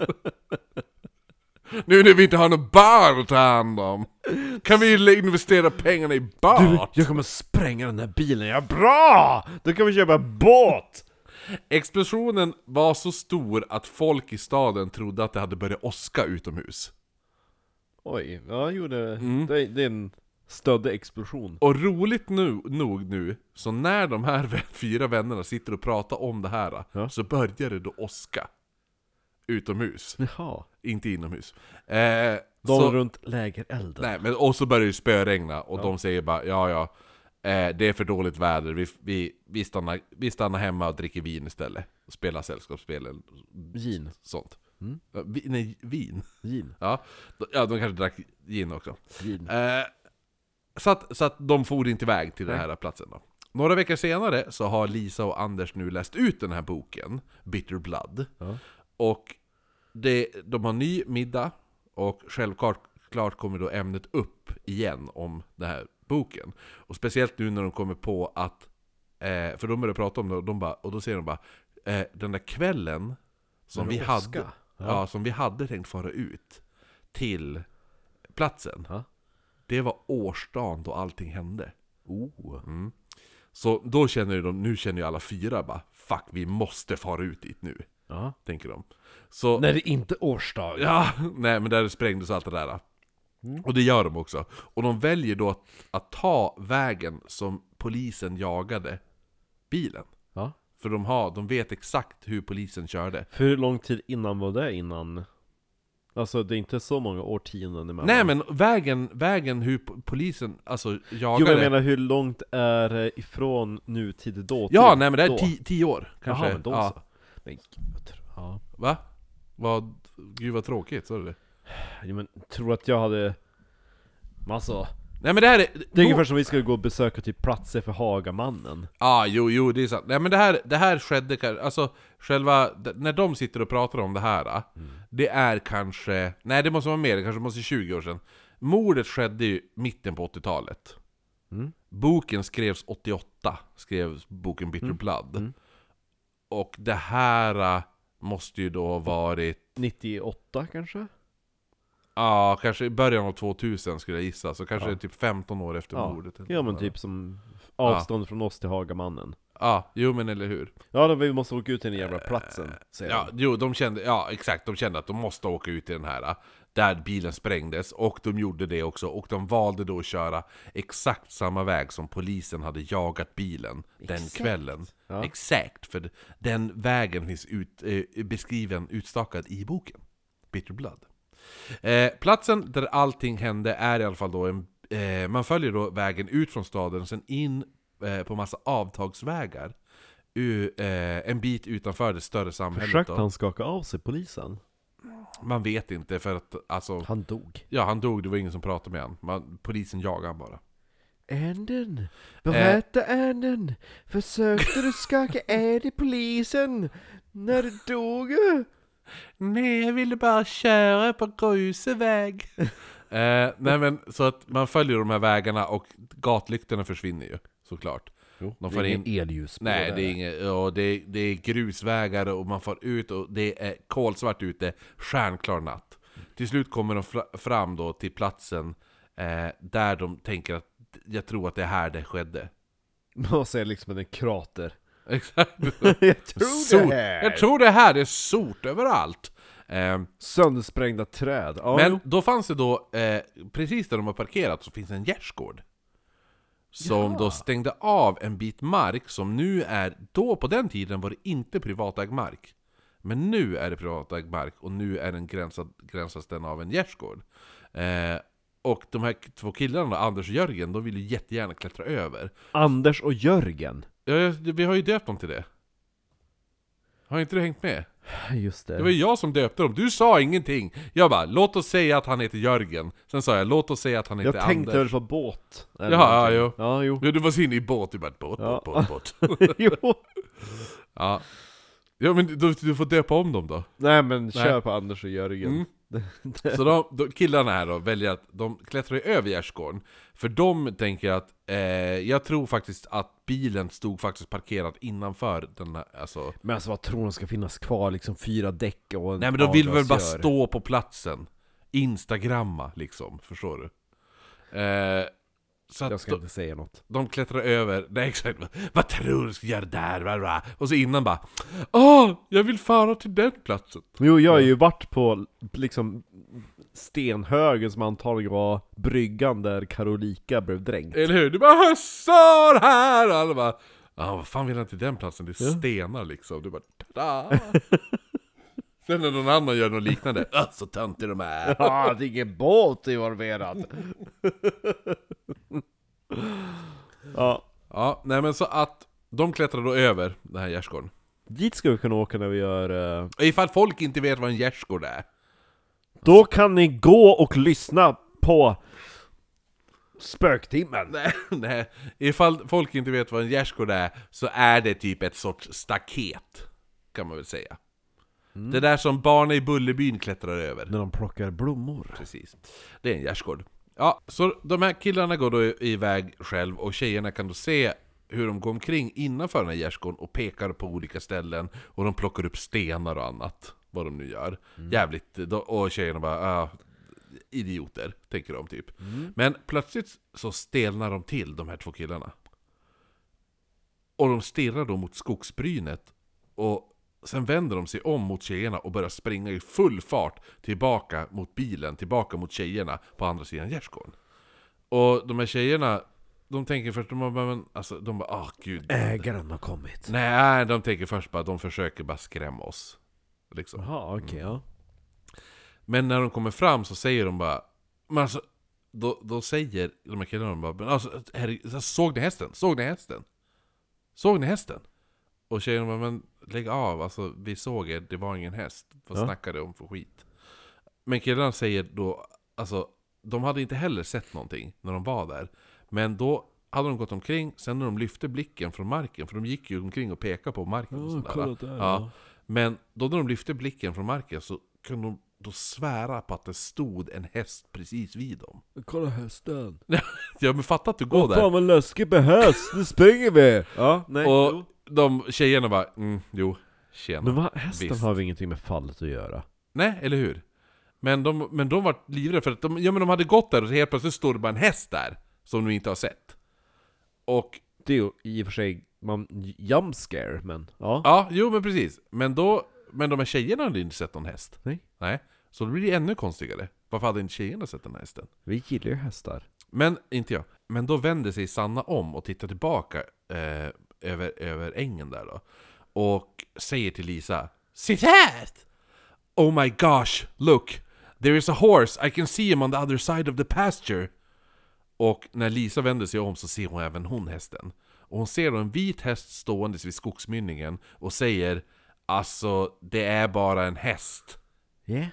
Nu när vi inte har någon barn att ta hand om, kan vi investera pengarna i barn? Du, jag kommer spränga den här bilen, ja bra! Då kan vi köpa båt! Explosionen var så stor att folk i staden trodde att det hade börjat åska utomhus. Oj, jag gjorde det är en stödde explosion. Och roligt nog nu, så när de här 4 vännerna sitter och pratar om det här, så börjar det då åska utomhus. Jaha. Inte inomhus. Runt lägerelden. Nej, men och så börjar det spöregna och de säger bara det är för dåligt väder. Vi stannar hemma och dricker vin istället. Och spelar sällskapsspel. Gin. Sånt. Vin. Gin. Ja, de kanske drack gin också. Gin. Så att de for inte iväg till den här platsen då. Några veckor senare så har Lisa och Anders nu läst ut den här boken, Bitter Blood. Och de har ny middag, och självklart kommer då ämnet upp igen om den här boken. Och speciellt nu när de kommer på att, för de börjar prata om det, och då säger de bara, den där kvällen som vi hade tänkt fara ut till platsen, det var årsdagen då allting hände. Så då nu känner ju alla 4 bara, fuck, vi måste fara ut dit nu. Tänker de. Så, när det inte är årsdag. Ja, nej, men där sprängdes allt det där. Och det gör de också. Och de väljer då att ta vägen som polisen jagade bilen. För de vet exakt hur polisen körde. För hur lång tid innan var det innan? Alltså det är inte så många årtionden emellan. Nej, men vägen hur polisen jagade. Jo, men jag menar, hur långt är det ifrån nutid då? Ja, nej, men det är 10 år kanske. Jaha, men då så. Men Va? Gud vad tråkigt, sa du det? Jo, men tror att jag hade... Alltså... Nej, men det här är ungefär som vi skulle gå och besöka typ platser för Hagamannen. Jo, det är sant. Nej, men det här skedde, alltså själva, när de sitter och pratar om det här, det är kanske, nej det måste vara mer, det kanske måste 20 år sedan. Mordet skedde ju mitten på 80-talet. Boken skrevs 88, skrevs boken Bitter Blood. Och det här måste ju då ha varit 98 kanske? Ja, kanske i början av 2000 skulle jag gissa. Så kanske typ 15 år efter mordet. Ja, men typ som avstånd från oss till Hagamannen. jo men eller hur. Ja, vi måste åka ut till den jävla platsen, säger Ja, jo, de kände att de måste åka ut till den här där bilen sprängdes, och de gjorde det också, och de valde då att köra exakt samma väg som polisen hade jagat bilen den kvällen. Ja. Exakt, för den vägen finns beskriven, utstakad i boken Bitter Blood. Platsen där allting hände är i alla fall då man följer då vägen ut från staden och sen in på massa avtagsvägar en bit utanför det större samhället. Försökte han skaka av sig polisen? Man vet inte, för att alltså, han dog. Ja, han dog, det var ingen som pratade med han. Polisen jagade han bara. Anden, berätta Anden. Försökte du skaka av polisen när du dog? Nej, jag ville bara köra på grusväg. Nej men, så att man följer de här vägarna och gatlyktorna försvinner ju, såklart. Jo, de får in elljus på. Nej, det är inget, och det är grusvägar och man får ut och det är kolsvart ute, stjärnklar natt. Till slut kommer de fram då till platsen där de tänker att jag tror att det är här det skedde. Man ser liksom en krater. Exakt. Jag tror det här är sot överallt. Söndersprängda träd. Men då fanns det då precis där de har parkerat så finns en gärdsgård som då stängde av en bit mark som nu är, då på den tiden var det inte privatägd mark, men nu är det privatägd mark och nu är den gränsas den av en gärdsgård. Och de här två killarna, Anders och Jörgen, de vill ju jättegärna klättra över. Anders och Jörgen? Ja, vi har ju döpt dem till det. Har inte du hängt med? Just det. Det var jag som döpte dem. Du sa ingenting. Jag bara, låt oss säga att han heter Jörgen. Sen sa jag, låt oss säga att han heter Anders. Jag tänkte väl på båt. Ja, jo. Ja, jo. Ja, du var så inne i båt. Du bara, båt. Jo. Ja. Ja, men du får döpa om dem då. Nej, men kör på Anders och Jörgen. Så killarna här då väljer att de klättrar över gärdsgården. För de tänker att jag tror faktiskt att bilen stod faktiskt parkerad innanför den här, alltså. Men alltså vad tror de ska finnas kvar? Liksom 4 däck och en. Nej, men de vill väl bara stå på platsen. Instagramma liksom, förstår du? Så jag ska inte säga något. De klättrar över. Nej, exakt. Vad tror du ska göra där? Och så innan bara, jag vill fara till den platsen. Jo, jag har ju varit på liksom stenhögen som antagligen var bryggan där Karolika blev dränkt. Eller hur? Du bara, hössar här! Och alla bara, vad fan vill han till den platsen? Det är stenar liksom. Du bara, tada! Sen när någon annan gör något liknande, så töntig de är. Ja, det är ingen båt involverad. Ja, nej men så att de klättrar då över den här gärdsgården. Dit ska vi kunna åka när vi gör... Ifall folk inte vet vad en gärdsgård är, då kan ni gå och lyssna på Spöktimmen. Nej, ifall folk inte vet vad en gärdsgård är, så är det typ ett sorts staket, kan man väl säga. Det där som barnen i Bullerbyn klättrar över. När de plockar blommor. Precis. Det är en gärdsgård. Ja, så de här killarna går då iväg själv, och tjejerna kan då se hur de går omkring innanför den här gärdsgården och pekar på olika ställen, och de plockar upp stenar och annat, vad de nu gör. Jävligt, och tjejerna bara, idioter, tänker de typ. Men plötsligt så stelnar de till, de här två killarna. Och de stirrar då mot skogsbrynet, och sen vänder de sig om mot tjejerna och börjar springa i full fart tillbaka mot bilen, tillbaka mot tjejerna på andra sidan gärdsgården. Och de här tjejerna, de tänker först, de bara, gud. Ägaren har kommit. Nej, de tänker först bara, de försöker bara skrämma oss. Liksom. Jaha, okej, ja. Men när de kommer fram så säger de bara, men alltså, då säger de här killarna bara, men alltså, såg ni hästen? Såg ni hästen? Och tjejerna bara, men lägg av, alltså vi såg det var ingen häst. Vad snackade om för skit? Men killarna säger då, alltså de hade inte heller sett någonting när de var där. Men då hade de gått omkring, sen när de lyfte blicken från marken, för de gick ju omkring och pekade på marken och sådär. Ja. Men då när de lyfte blicken från marken så kunde de då svära på att det stod en häst precis vid dem. Kolla hästen. Ja, men fatta att du går där. Fan vad läskigt med häst, nu springer vi. Ja, nej. Och de tjejerna bara, jo, tjena. Men hästen visst. Har vi ingenting med fallet att göra. Nej, eller hur? Men de var livrädda för att de hade gått där och helt plötsligt står det bara en häst där som de inte har sett. Och det är ju i och för sig jump scare, men ja. Ja, jo men precis. Men de här tjejerna hade inte sett någon häst. Nej. Så då blir det ännu konstigare. Varför hade inte tjejerna sett den här hästen? Vi gillar ju hästar. Men, inte jag. Men då vänder sig Sanna om och tittar tillbaka över ängen där då. Och säger till Lisa: Sitt här! Oh my gosh, look! There is a horse, I can see him on the other side of the pasture. Och när Lisa vänder sig om så ser hon även hon hästen. Och hon ser då en vit häst stående vid skogsmynningen och säger: alltså, det är bara en häst. Yeah.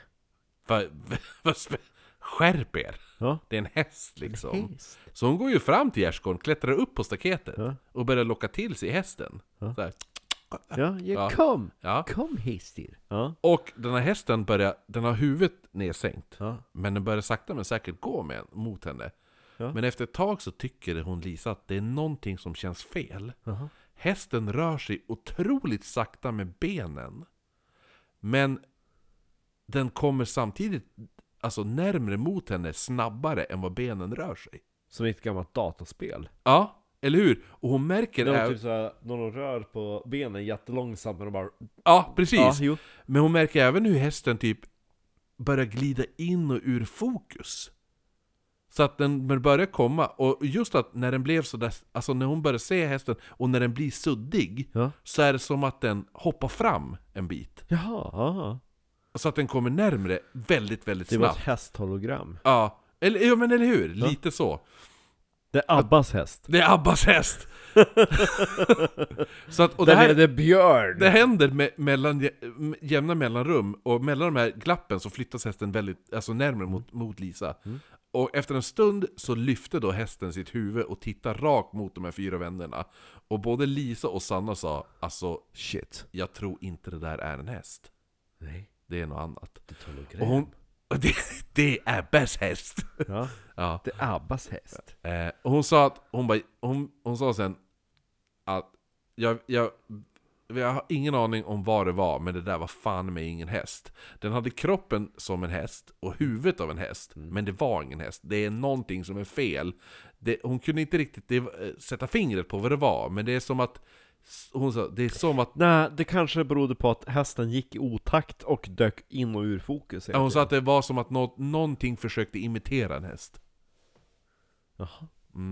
Skärp er. Ja. Det är en häst liksom. Så hon går ju fram till gärdsgården, klättrar upp på staketet och börjar locka till sig hästen. Så här. Kom! Ja. Kom hästir. Ja. Och den här hästen den har huvudet nedsänkt. Men den börjar sakta men säkert gå mot henne. Men efter ett tag så tycker hon Lisa att det är någonting som känns fel. Hästen rör sig otroligt sakta med benen. Men den kommer samtidigt alltså närmare mot henne snabbare än vad benen rör sig. Som ett gammalt dataspel. Ja, eller hur? Och hon märker det är typ såhär, när de rör på benen jättelångsamt men de bara... Ja, precis. Men hon märker även hur hästen typ börjar glida in och ur fokus. Så att den börjar komma. Och just att när den blev så där, alltså när hon börjar se hästen och när den blir suddig, så är det som att den hoppar fram en bit. Jaha. Så att den kommer närmare väldigt, väldigt snabbt. Det var ett hästhologram. Ja, eller hur? Lite så. Det är Abbas häst. Det är Abbas häst. Så att, och det här är björn. Det händer med jämna mellanrum. Och mellan de här glappen så flyttas hästen väldigt, alltså närmare mot Lisa. Och efter en stund så lyfte då hästen sitt huvud och tittar rakt mot de här 4 vännerna. Och både Lisa och Sanna sa: alltså, shit, jag tror inte det där är en häst. Nej. Det är något annat. Och hon, det är Abbas häst. Ja. Det är Abbas häst. Och hon sa att hon sa sen att jag har ingen aning om vad det var, men det där var fan med ingen häst. Den hade kroppen som en häst och huvudet av en häst, men det var ingen häst. Det är någonting som är fel. Hon kunde inte riktigt sätta fingret på vad det var, men det är som att hon sa, det är som att... Nej, det kanske berodde på att hästen gick i otakt och dök in och ur fokus. Hon sa att det var som att någonting försökte imitera en häst. Jaha.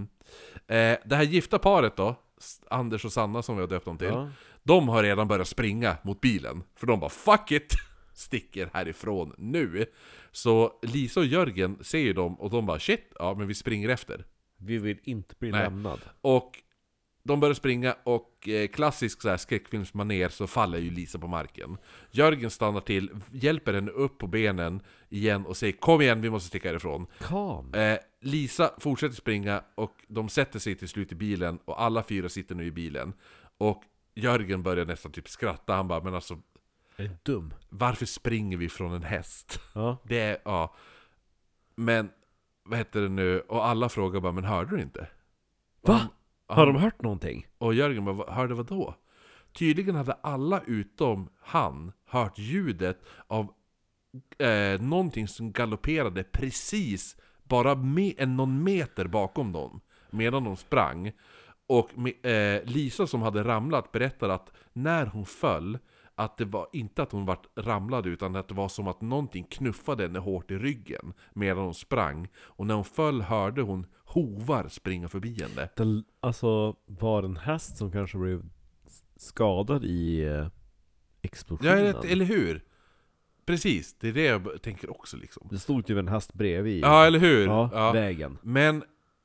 Det här gifta paret då, Anders och Sanna som vi har döpt dem till, de har redan börjat springa mot bilen. För de bara, fuck it! Sticker härifrån nu. Så Lisa och Jörgen ser ju dem och de bara, shit, ja men vi springer efter. Vi vill inte bli lämnad. Och de börjar springa och klassisk så här skräckfilmsmaner så faller ju Lisa på marken. Jörgen stannar till, hjälper henne upp på benen igen och säger: kom igen, vi måste sticka härifrån. Lisa fortsätter springa och de sätter sig till slut i bilen och alla 4 sitter nu i bilen. Och Jörgen börjar nästan typ skratta. Han bara, men alltså, är dum. Varför springer vi från en häst? Ja. Det är, ja. Men vad heter det nu? Och alla frågar bara, men hörde du inte? Va? Har de hört någonting? Och Jörgen bara, hörde vad då? Tydligen hade alla utom han hört ljudet av någonting som galopperade precis bara någon meter bakom dem medan de sprang. Och Lisa som hade ramlat berättade att när hon föll, att det var inte att hon var ramlad utan att det var som att någonting knuffade henne hårt i ryggen medan hon sprang. Och när hon föll hörde hon hovar springa förbi henne. Alltså var en häst som kanske blev skadad i explosionen? Ja, eller hur? Precis, det är det jag tänker också liksom. Det stod ju en häst bredvid. Ja, eller hur? Ja. Vägen. Men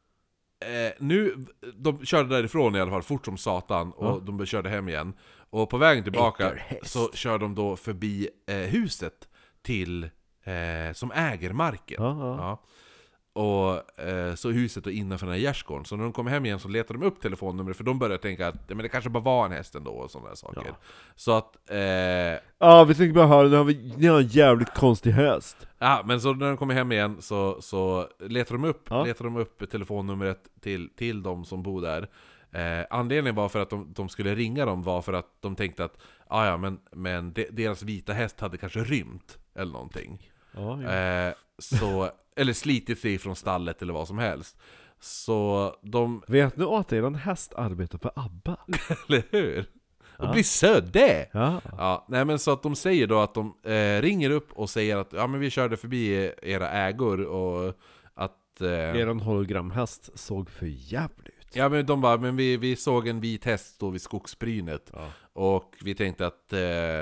nu, de körde därifrån i alla fall fort som satan. Och de körde hem igen. Och på vägen tillbaka så kör de då förbi huset till som äger marken. Ja. Och så huset och innanför den här gärdsgården. Så när de kommer hem igen så letar de upp telefonnumret. För de börjar tänka att men det kanske bara var en häst ändå och sådana saker. Ja. Så att vi tänkte bara höra, ni har en jävligt konstig häst. Ja, men så när de kommer hem igen så letar de upp telefonnumret till de som bor där. Anledningen var för att de skulle ringa dem var för att de tänkte att men deras vita häst hade kanske rymt eller någonting. Ja. Eller slitit sig från stallet eller vad som helst. Så de... Vet ni att er häst arbetar för ABBA? Eller hur? Och blir södde! Ja. Ja, nej men så att de säger då att de ringer upp och säger att ja men vi körde förbi era ägor och att... Eran hologramhäst såg för jävligt ut. Ja men de bara, men vi såg en vit häst då vid skogsbrynet. Ja. Och vi tänkte att...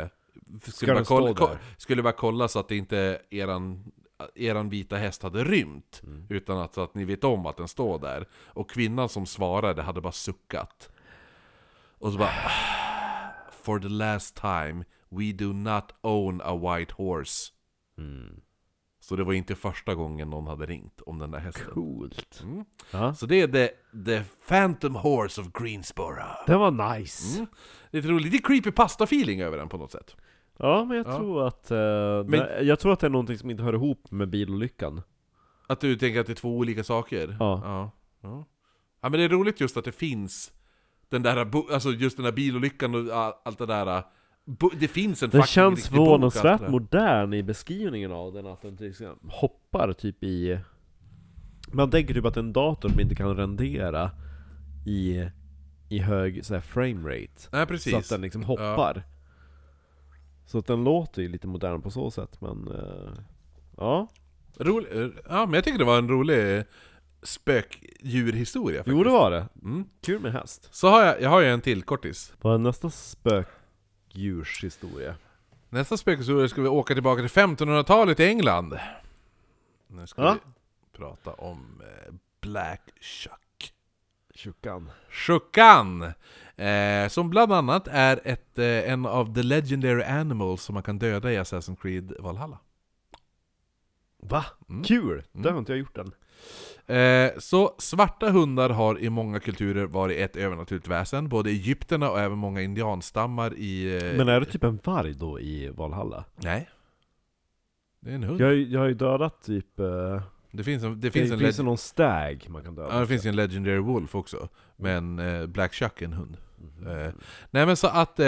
skulle bara kolla så att det inte eran vita häst hade rymt. Utan att ni vet om att den står där. Och kvinnan som svarade hade bara suckat. Och så bara... For the last time, we do not own a white horse. Så det var inte första gången någon hade ringt om den där hästen. Coolt. Ja. Så det är the Phantom Horse of Greensboro. Det var nice. Lite roligt, lite creepypasta-feeling över den på något sätt. Ja, men jag tror att jag tror att det är någonting som inte hör ihop med bilolyckan. Att du tänker att det är två olika saker? Ja. Ja, men det är roligt just att det finns den där, alltså just den där bilolyckan och allt det där. Det finns en det känns förvånansvärt bok, modern i beskrivningen av den. Att den hoppar typ i... Man tänker typ att en dator inte kan rendera i hög så här, frame rate. Nej, precis. Så att den liksom hoppar. Ja. Så att den låter ju lite modern på så sätt. Men ja. Ja, men jag tycker det var en rolig spökdjurhistoria faktiskt. Jo, det var det. Kul med häst. Så jag har ju en till kortis. Vad är nästa spökdjurshistoria? Nästa spökhistoria ska vi åka tillbaka till 1500-talet i England. Nu ska vi prata om Black Shuck. Shuckan! Som bland annat är en av the legendary animals som man kan döda i Assassin's Creed Valhalla. Va? Kul! Det har inte jag gjort än. Så svarta hundar har i många kulturer varit ett övernaturligt väsen. Både Egypterna och även många indianstammar i... Men är det typ en varg då i Valhalla? Nej. Det är en hund. Jag har ju dödat typ... Det finns någon stag man kan döda. Ja, det finns en legendary wolf också. Men Black Shuck är en hund. Nej men så att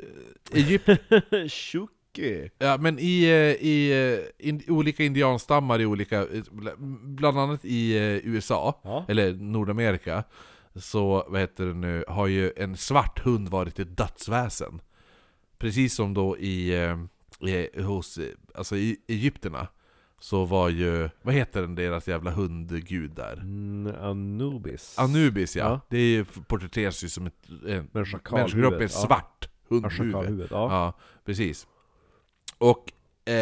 Shucky. Ja, men i olika indianstammar i olika, bland annat i USA eller Nordamerika, så har ju en svart hund varit ett dödsväsen. Precis som då hos Egypterna. Så var ju, vad heter den deras jävla hundgud där? Anubis, ja. Det är ju, porträtteras ju som en människogrupp med svart hundhuvud. Ja, precis. Och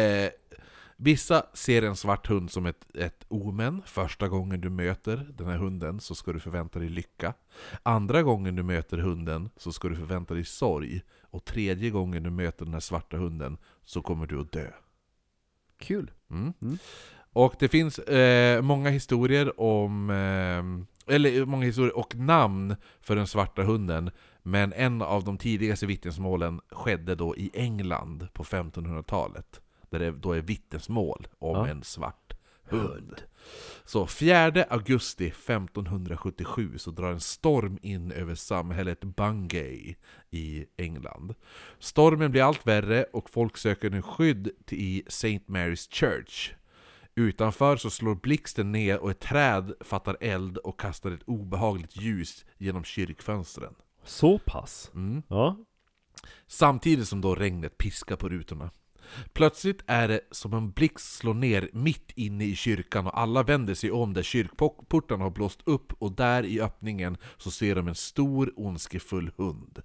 vissa ser en svart hund som ett omen. Första gången du möter den här hunden så ska du förvänta dig lycka. Andra gången du möter hunden så ska du förvänta dig sorg. Och tredje gången du möter den här svarta hunden så kommer du att dö. Kul. Och det finns många historier om många historier och namn för den svarta hunden. Men en av de tidigaste vittnesmålen skedde då i England på 1500-talet. Där det då är vittnesmål om en svart hund. Så 4 augusti 1577 så drar en storm in över samhället Bungay i England. Stormen blir allt värre och folk söker nu skydd i St. Mary's Church. Utanför så slår blixten ner och ett träd fattar eld och kastar ett obehagligt ljus genom kyrkfönstren. Så pass? Ja. Samtidigt som då regnet piskar på rutorna. Plötsligt är det som en blixt slår ner mitt inne i kyrkan och alla vänder sig om där kyrkportarna har blåst upp och där i öppningen så ser de en stor ondskefull hund.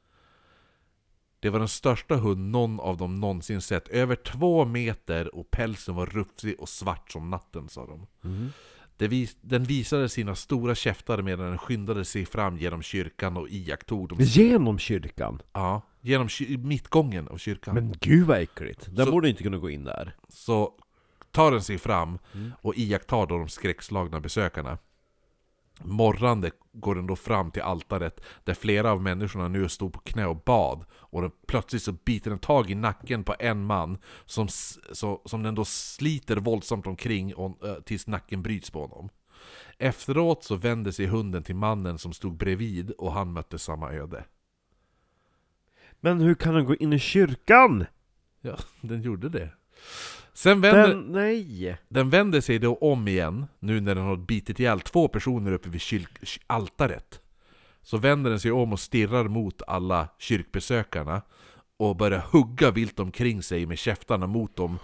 Det var den största hund någon av dem någonsin sett. Över 2 meter och pälsen var rufsig och svart som natten, sa de. Den visade sina stora käftar medan den skyndade sig fram genom kyrkan och iakttog dem. Genom kyrkan? Ja, genom mittgången av kyrkan. Men gud vad äckligt. Den borde inte kunna gå in där. Så tar den sig fram och iakttar då de skräckslagna besökarna. Morrande går den då fram till altaret där flera av människorna nu stod på knä och bad, och plötsligt så biter den tag i nacken på en man som den då sliter våldsamt omkring tills nacken bryts på honom. Efteråt så vände sig hunden till mannen som stod bredvid och han mötte samma öde. Men hur kan den gå in i kyrkan? Ja, den gjorde det. Sen Nej! Den vänder sig då om igen, nu när den har bitit ihjäl 2 personer uppe vid altaret. Så vänder den sig om och stirrar mot alla kyrkbesökarna och börjar hugga vilt omkring sig med käftarna mot dem.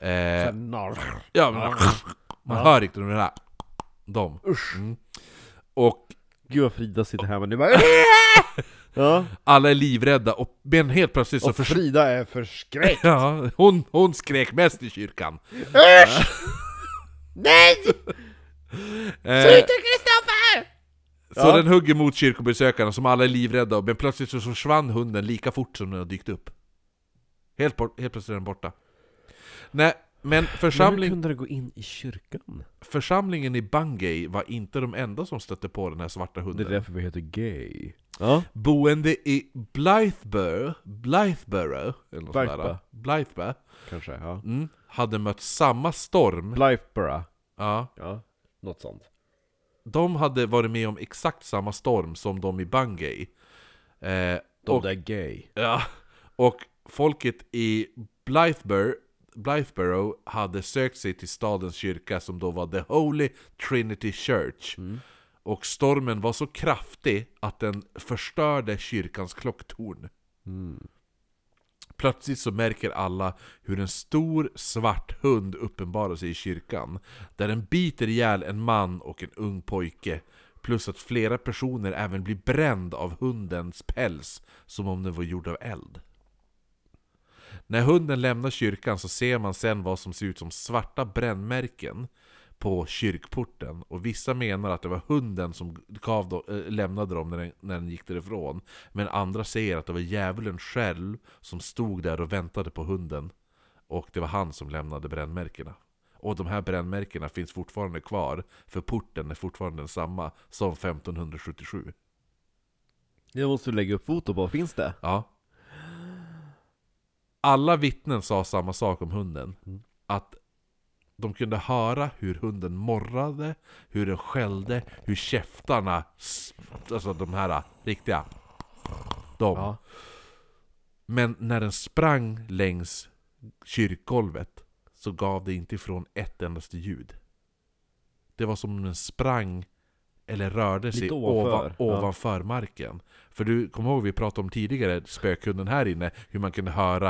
Man hör inte de där. Och Gud vad Frida sitter här men nu bara ja. Alla är livrädda och men helt plötsligt så Frida är förskräckt. Ja, hon skrek mest i kyrkan. Nej! Sluta Kristoffer! Så den hugger mot kyrkobesökarna som alla är livrädda, men plötsligt så försvann hunden lika fort som den har dykt upp. Helt plötsligt är den borta. Nej, men hur kunde det gå in i kyrkan? Församlingen i Bungay var inte de enda som stötte på den här svarta hunden. Det är därför vi heter gay. Ja. Boende i Blytheborough kanske, ja. Hade mött samma storm. Blytheborough. Ja, något sånt. De hade varit med om exakt samma storm som de i Bungay. De där gay. Ja, och folket i Blytheborough hade sökt sig till stadens kyrka som då var The Holy Trinity Church. Och stormen var så kraftig att den förstörde kyrkans klocktorn. Plötsligt så märker alla hur en stor svart hund uppenbarar sig i kyrkan, där den biter ihjäl en man och en ung pojke, plus att flera personer även blir bränd av hundens päls som om den var gjord av eld. När hunden lämnar kyrkan så ser man sen vad som ser ut som svarta brännmärken på kyrkporten, och vissa menar att det var hunden som lämnade dem när den gick därifrån, men andra säger att det var djävulen själv som stod där och väntade på hunden, och det var han som lämnade brännmärkena. Och de här brännmärkena finns fortfarande kvar, för porten är fortfarande densamma som 1577. Jag måste lägga upp foto på, finns det? Ja. Alla vittnen sa samma sak om hunden, att de kunde höra hur hunden morrade, hur den skällde, hur käftarna, alltså de här riktiga, Ja. Men när den sprang längs kyrkgolvet så gav det inte ifrån ett endaste ljud. Det var som om den sprang eller rörde sig ovanför marken. För du kommer ihåg vi pratade om tidigare spökhunden här inne, hur man kunde höra.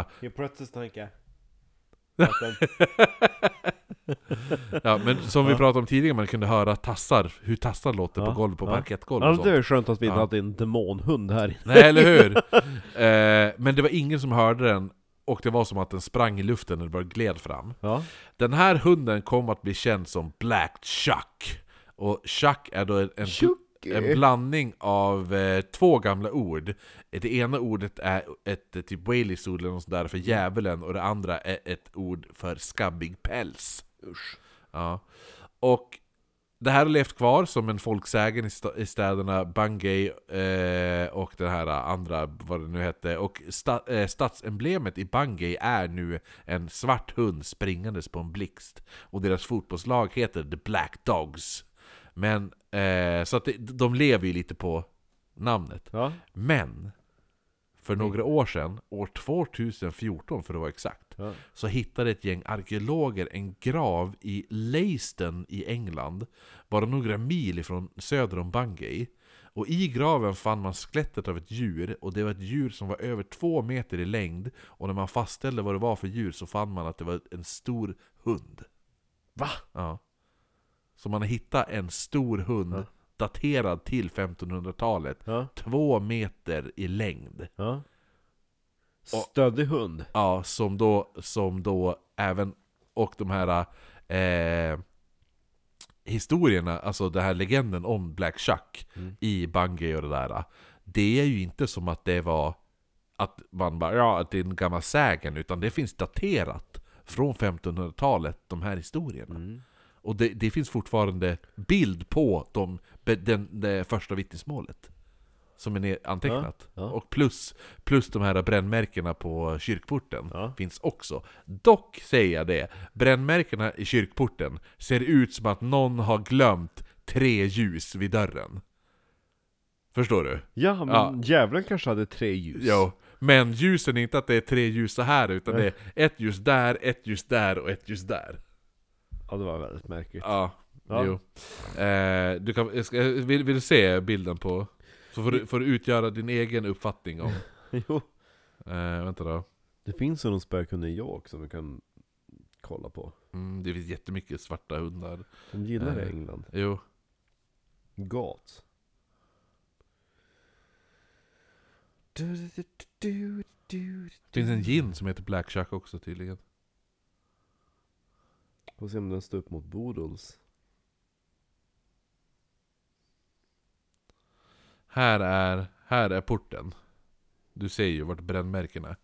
Ja, men som vi pratade om tidigare, man kunde höra tassar, hur tassar låter på golvet, på parkettgolv och sånt. Det är skönt att vi inte hade en demonhund här inne. Nej, eller hur? Men det var ingen som hörde den, och det var som att den sprang i luften när det bara gled fram. Den här hunden kom att bli känd som Black Chuck. Och Chuck är då en blandning av 2 gamla ord. Det ena ordet är ett typ Whaley-ord eller något sånt där för djävulen, och det andra är ett ord för skabbig päls. Usch. Ja. Och det här har levt kvar som en folksägen i städerna Bungay och det här andra, vad det nu hette. Och stadsemblemet i Bungay är nu en svart hund springandes på en blixt. Och deras fotbollslag heter The Black Dogs. Men så att de lever ju lite på namnet. Men för några år sedan, år 2014 för att vara exakt, så hittade ett gäng arkeologer en grav i Leiston i England, bara några mil ifrån söder om Bungay. Och i graven fann man skelettet av ett djur, och det var ett djur som var över 2 meter i längd. Och när man fastställde vad det var för djur så fann man att det var en stor hund. Va? Ja. Så man har hittat en stor hund daterad till 1500-talet. 2 meter i längd. Stöddig hund. Ja, som då även, och de här historierna, alltså den här legenden om Black Chuck i Bungay och det där, det är ju inte som att det var att man bara, att det är en gammal sägen, utan det finns daterat från 1500-talet, de här historierna. Och det finns fortfarande bild på det första vittnesmålet som är antecknat. Och plus de här brännmärkena på kyrkporten finns också. Dock säger jag det, brännmärkena i kyrkporten ser ut som att någon har glömt 3 ljus vid dörren. Förstår du? Ja, men djävulen kanske hade 3 ljus. Jo, Men ljusen är inte att det är 3 ljus så här, utan det är ett ljus där, ett ljus där och ett ljus där. Ja, det var väldigt märkligt. Ja. Jo. Du kan, vill du se bilden på? Så får du utgöra din egen uppfattning om. Jo. Vänta då. Det finns ju någon spökhund i New York som vi kan kolla på. Det finns jättemycket svarta hundar. De gillar det i England. Jo. Gott. Det finns en gin som heter Black Shark också tydligen. Får se om den står upp mot Boodles. Här är porten. Du ser ju vart brännmärken är.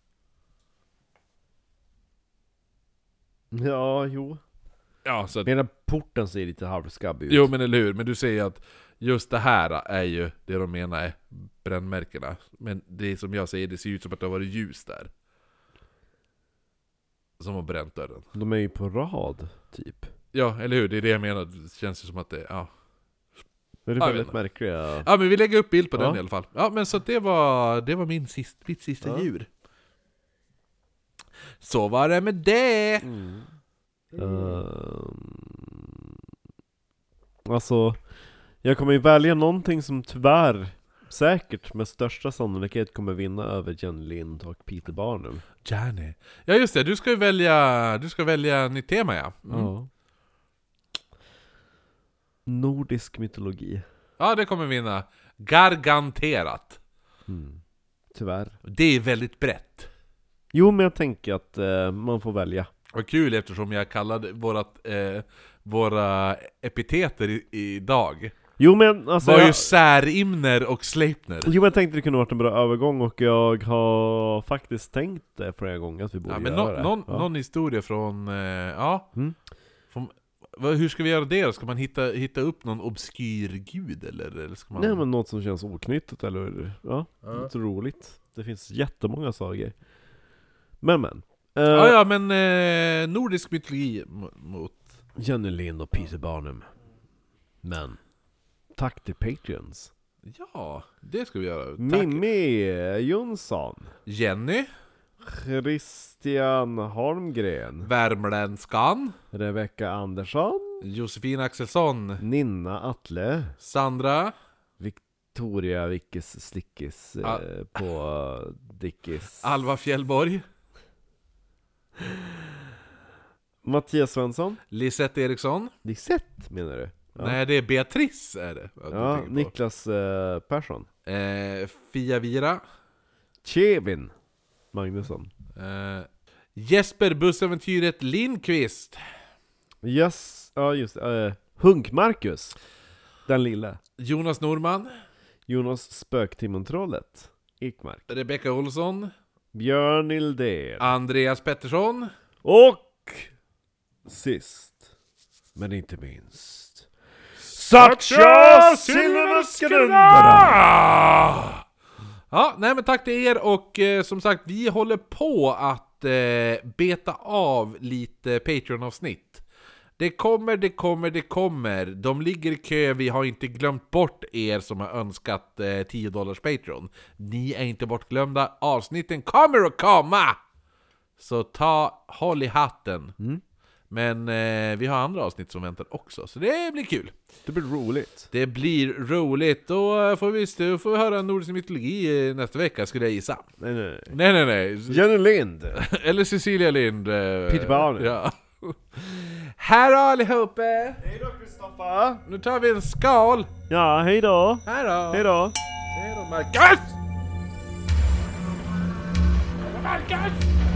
Ja, jo. Ja, så att, medan porten ser lite halvskabbig ut. jo, men eller hur? Men du ser ju att just det här är ju det de menar är brännmärkena. Men det som jag säger, det ser ut som att det har varit ljus där. Som har bränt dörren. De är ju på rad, typ. Ja, eller hur? Det är det jag menar. Det känns ju som att det, ja. Det är väldigt märkliga. Ja, men vi lägger upp bild på den i alla fall. Ja, men så det var mitt sista djur. Så var det med det. Alltså, jag kommer ju välja någonting som tyvärr säkert med största sannolikhet kommer vinna över Jenny Lind och Peter Barnum. Jenny. Ja, just det. Du ska välja nytt tema, ja. Ja. Nordisk mytologi. Ja, det kommer vinna. Garganterat. Tyvärr. Det är väldigt brett. Jo, men jag tänker att man får välja. Vad kul, eftersom jag kallade våra epiteter idag. Jo, men alltså var ju Särimner och Sleipner. Jo, men jag tänkte det kunde varit en bra övergång. Och jag har faktiskt tänkt det flera gånger att vi borde göra det. Någon historia från... hur ska vi göra det? Ska man hitta upp någon obskyr gud? Eller ska man... Nej, men något som känns oknyttigt. Eller något roligt. Det finns jättemånga sagor. Men nordisk mytologi mot Jenny Lind och Peter Barnum. Men tack till Patreons. Ja, det ska vi göra. Tack. Mimmi Jonsson, Jenny, Christian Holmgren, Värmländskan, Rebecca Andersson, Josefin Axelsson, Nina Atle, Sandra, Victoria Vickes Stickis på Dickis, Alva Fjällborg, Mattias Svensson, Lisette Eriksson. Lisette menar du? Ja. Nej, det är Beatrice är det. Ja, Niklas Persson, Fia Vira, Kevin Magnusson, Jesper Bussäventyret Lindqvist, yes, ja just Hunk Marcus, den lilla, Jonas Norman, Jonas Spöktimontrollet Ekmark, Rebecca Olsson, Björn Ildén, Andreas Pettersson och sist men inte minst Satcha Silverskrudarna! Ja, nej men tack till er, och som sagt, vi håller på att beta av lite Patreon-avsnitt. Det kommer. De ligger i kö, vi har inte glömt bort er som har önskat $10 Patreon. Ni är inte bortglömda, avsnitten kommer att komma! Så håll i hatten. Men vi har andra avsnitt som väntar också, så det blir kul. Det blir roligt. Det blir roligt. Då får vi höra nordisk mytologi nästa vecka, skulle jag gissa. Nej. Jenny Lind. Eller Cecilia Lind. Peter Barnum. Ja. Hej då allihopa. Hej då Kristoffer. Nu tar vi en skål. Ja, hej då. Hej då. Hej då. Hej då Marcus. Marcus.